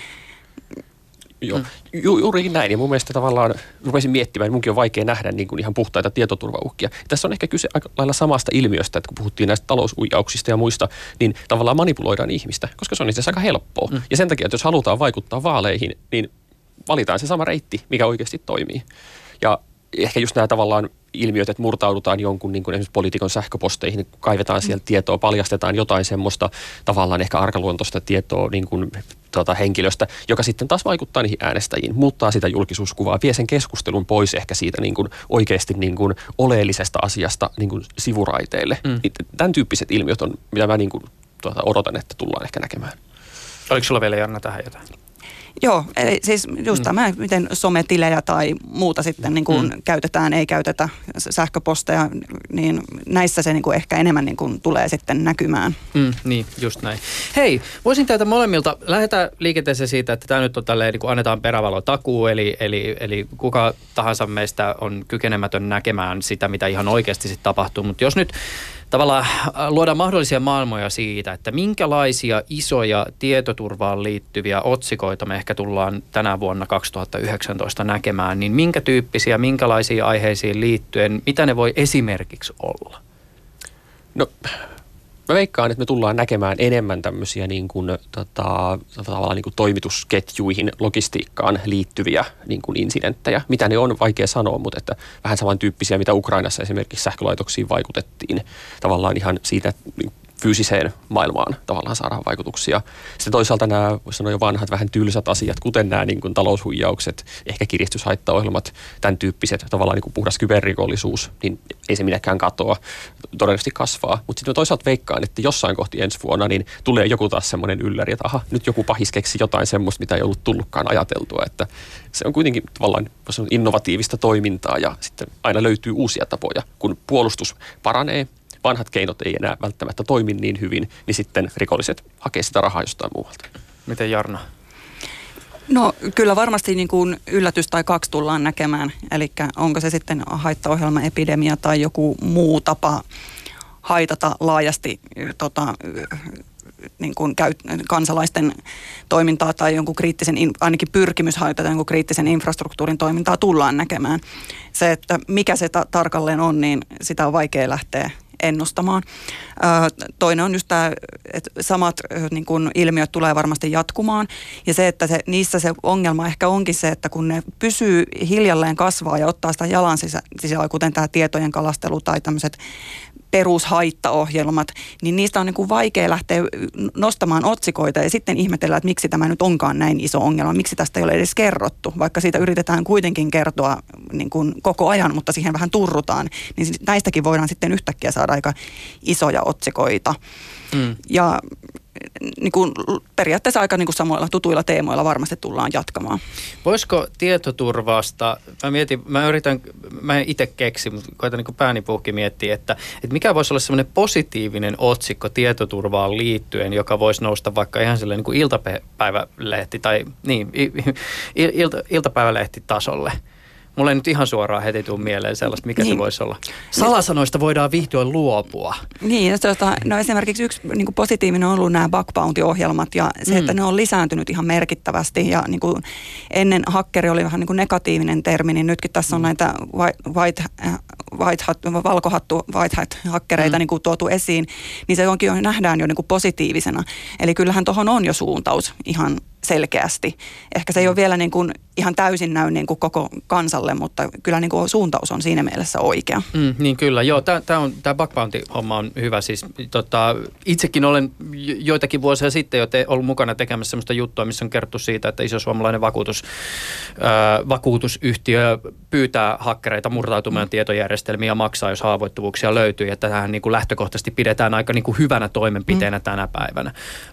Joo, juurikin näin. Ja mun mielestä tavallaan rupesin miettimään, että munkin on vaikea nähdä niin kuin ihan puhtaita tietoturvauhkia. Tässä on ehkä kyse aika lailla samasta ilmiöstä, että kun puhuttiin näistä talousuijauksista ja muista, niin tavallaan manipuloidaan ihmistä, koska se on itse asiassa aika helppoa. Ja sen takia, että jos halutaan vaikuttaa vaaleihin, niin valitaan se sama reitti, mikä oikeasti toimii. Ja ehkä just nämä tavallaan ilmiöt, että murtaudutaan jonkun niin kuin esimerkiksi poliitikon sähköposteihin, kaivetaan sieltä tietoa, paljastetaan jotain semmoista tavallaan ehkä arkaluontoista tietoa niin kuin, henkilöstä, joka sitten taas vaikuttaa niihin äänestäjiin, muuttaa sitä julkisuuskuvaa, vie sen keskustelun pois ehkä siitä niin kuin oikeasti niin kuin oleellisesta asiasta niin kuin sivuraiteille. Tämän tyyppiset ilmiöt on, mitä mä niin kuin, odotan, että tullaan ehkä näkemään. Oliko sulla vielä, Jarna, tähän jotain? Joo, eli siis just tämä, miten sometilejä tai muuta sitten niin kuin käytetään, ei käytetä sähköposteja, niin näissä se niin kuin ehkä enemmän niin kuin tulee sitten näkymään. Niin, just näin. Hei, voisin teiltä molemmilta, lähdetään liikenteeseen siitä, että tämä nyt on tälleen, niin kuin annetaan perävalotakuu, eli kuka tahansa meistä on kykenemätön näkemään sitä, mitä ihan oikeasti sitten tapahtuu, mutta jos nyt tavallaan luodaan mahdollisia maailmoja siitä, että minkälaisia isoja tietoturvaan liittyviä otsikoita me ehkä tullaan tänä vuonna 2019 näkemään, niin minkä tyyppisiä, minkälaisiin aiheisiin liittyen, mitä ne voi esimerkiksi olla? No, mä veikkaan, että me tullaan näkemään enemmän tämmöisiä niin kuin, tavallaan niin kuin toimitusketjuihin, logistiikkaan liittyviä niin kuin insidenttejä. Mitä ne on, vaikea sanoa, mutta että vähän samantyyppisiä, mitä Ukrainassa esimerkiksi sähkölaitoksiin vaikutettiin. Tavallaan ihan siitä fyysiseen maailmaan tavallaan saadaan vaikutuksia. Sitten toisaalta nämä, voisi sanoa jo vanhat, vähän tylsät asiat, kuten nämä niin kuin taloushuijaukset, ehkä kiristyshaittaohjelmat, tämän tyyppiset, tavallaan niin kuin puhdas kyberrikollisuus, niin ei se minäkään katoa, todennäköisesti kasvaa. Mutta sitten toisaalta veikkaan, että jossain kohti ensi vuonna niin tulee joku taas semmoinen ylläri, että aha, nyt joku pahis keksi jotain semmoista, mitä ei ollut tullutkaan ajateltua. Että se on kuitenkin tavallaan innovatiivista toimintaa ja sitten aina löytyy uusia tapoja, kun puolustus paranee. Vanhat keinot ei enää välttämättä toimi niin hyvin, niin sitten rikolliset hakee sitä rahaa jostain muualta. Miten Jarna? No kyllä varmasti niin kuin yllätys tai kaksi tullaan näkemään. Eli onko se sitten haittaohjelma, epidemia tai joku muu tapa haitata laajasti niin kuin kansalaisten toimintaa tai jonkun kriittisen, ainakin pyrkimys haitata jonkun kriittisen infrastruktuurin toimintaa tullaan näkemään. Se, että mikä se tarkalleen on, niin sitä on vaikea lähteä ennustamaan. Toinen on just tämä, että samat niin kun ilmiöt tulee varmasti jatkumaan. Ja se, että niissä se ongelma ehkä onkin se, että kun ne pysyy hiljalleen kasvaa ja ottaa sitä jalan sisällä, kuten tämä tietojen kalastelu tai tämmöiset perushaittaohjelmat, niin niistä on niin kuin vaikea lähteä nostamaan otsikoita ja sitten ihmetellä, että miksi tämä nyt onkaan näin iso ongelma, miksi tästä ei ole edes kerrottu, vaikka siitä yritetään kuitenkin kertoa niin kuin koko ajan, mutta siihen vähän turrutaan, niin näistäkin voidaan sitten yhtäkkiä saada aika isoja otsikoita. Ja niin kuin periaatteessa aika niin kuin samoilla tutuilla teemoilla varmasti tullaan jatkamaan. Voisiko tietoturvasta, mä en itse keksi, mutta koitan niin kuin pääni puhki miettiä, että mikä voisi olla semmoinen positiivivinen otsikko tietoturvaan liittyen, joka voisi nousta vaikka ihan silleen niin kuin iltapäivälehti tai niin, iltapäivälehtitasolle. Mulla ei nyt ihan suoraan heti tule mieleen sellaista, mikä se voisi olla. Salasanoista voidaan vihdoin luopua. Niin, no esimerkiksi yksi niin kuin positiivinen on ollut nämä bug bounty-ohjelmat ja se, että ne on lisääntynyt ihan merkittävästi. Ja niin kuin ennen hakkeri oli vähän niin kuin negatiivinen termi, niin nytkin tässä on näitä valkohattu white hat-hakkereita niin kuin tuotu esiin, niin se onkin nähdään jo niin kuin positiivisena. Eli kyllähän tuohon on jo suuntaus ihan selkeästi. Ehkä se ei ole vielä niin kuin ihan täysin näy niin kuin koko kansalle, mutta kyllä niin kuin suuntaus on siinä mielessä oikea. Niin kyllä, joo. Tämä bug bounty-homma on hyvä. Siis, itsekin olen joitakin vuosia sitten jo ollut mukana tekemässä sellaista juttua, missä on kerrottu siitä, että iso suomalainen vakuutusyhtiö pyytää hakkereita murtautumaan tietojärjestelmiä ja maksaa, jos haavoittuvuuksia löytyy. Ja tähän niin kuin lähtökohtaisesti pidetään aika niin kuin hyvänä toimenpiteenä tänä päivänä.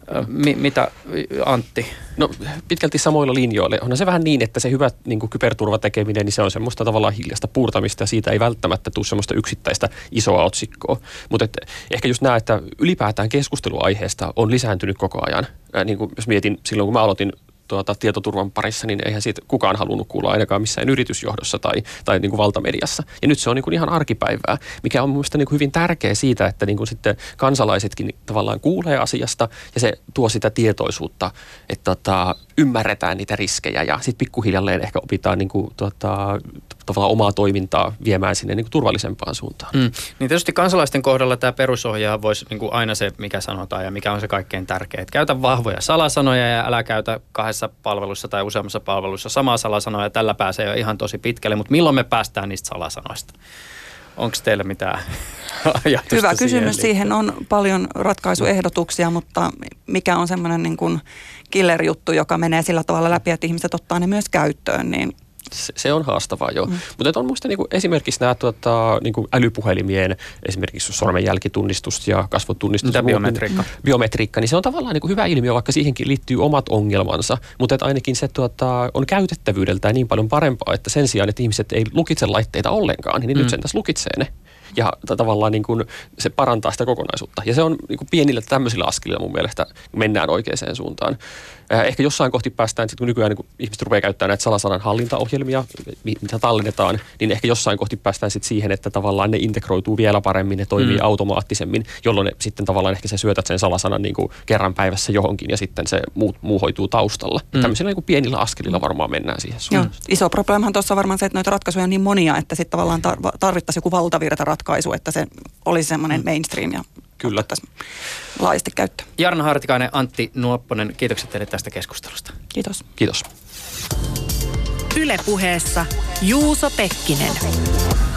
Mitä Antti? No pitkälti samoilla linjoilla. Onhan se vähän niin, että se hyvä niin kuin kyberturvatekeminen, niin se on semmoista tavallaan hiljaista puurtamista ja siitä ei välttämättä tule semmoista yksittäistä isoa otsikkoa. Mutta ehkä just nämä, että ylipäätään keskusteluaiheesta on lisääntynyt koko ajan. Niin kuin jos mietin silloin, kun mä aloitin tietoturvan parissa, niin eihän siitä kukaan halunnut kuulla ainakaan missään yritysjohdossa tai niin kuin valtamediassa. Ja nyt se on niin kuin ihan arkipäivää, mikä on mun mielestä niin kuin hyvin tärkeä siitä, että niin kuin sitten kansalaisetkin tavallaan kuulee asiasta ja se tuo sitä tietoisuutta, että ymmärretään niitä riskejä ja sitten pikkuhiljalleen ehkä opitaan niin kuin, tavallaan omaa toimintaa viemään sinne niin kuin turvallisempaan suuntaan. Niin tietysti kansalaisten kohdalla tämä perusohjaaja voisi niin kuin aina se, mikä sanotaan ja mikä on se kaikkein tärkein. Käytä vahvoja salasanoja ja älä käytä 2 palvelussa tai useammassa palvelussa samaa salasanoja. Tällä pääsee jo ihan tosi pitkälle, mutta milloin me päästään niistä salasanoista? Onko teillä mitään ajatusta? Hyvä kysymys. Siihen on paljon ratkaisuehdotuksia, mutta mikä on semmoinen niin kuin killer-juttu, joka menee sillä tavalla läpi, että ihmiset ottaa ne myös käyttöön, niin se on haastavaa, joo. Mutta on muista niinku esimerkiksi nämä niinku älypuhelimien esimerkiksi sormenjälkitunnistus ja kasvotunnistus. Mitä biometriikka, niin se on tavallaan niinku hyvä ilmiö, vaikka siihenkin liittyy omat ongelmansa. Mutta ainakin se on käytettävyydeltään niin paljon parempaa, että sen sijaan, että ihmiset ei lukitse laitteita ollenkaan, niin nyt sen tässä lukitsee ne. Ja tavallaan niin kuin se parantaa sitä kokonaisuutta. Ja se on niin kuin pienillä tämmöisillä askelilla mun mielestä mennään oikeaan suuntaan. Ehkä jossain kohti päästään, sit kun nykyään niin kun ihmiset rupeaa käyttämään näitä salasanan hallintaohjelmia, mitä tallennetaan, niin ehkä jossain kohti päästään sit siihen, että tavallaan ne integroituu vielä paremmin, ne toimii automaattisemmin, jolloin ne sitten tavallaan ehkä sä syötät sen salasanan niin kuin kerran päivässä johonkin ja sitten se muu hoituu taustalla. Tämmöisillä niin kuin pienillä askelilla varmaan mennään siihen suuntaan. Joo, iso probleemahan tuossa on varmaan se, että noita ratkaisuja on niin monia, että sitten tavallaan tarvittaisiin joku valtavirta ratkaisu, että se olisi semmoinen mainstream ja kyllä laajasti käyttö. Jarno Hartikainen, Antti Nuopponen, kiitokset teille tästä keskustelusta. Kiitos. Kiitos. Yle Puheessa Juuso Pekkinen.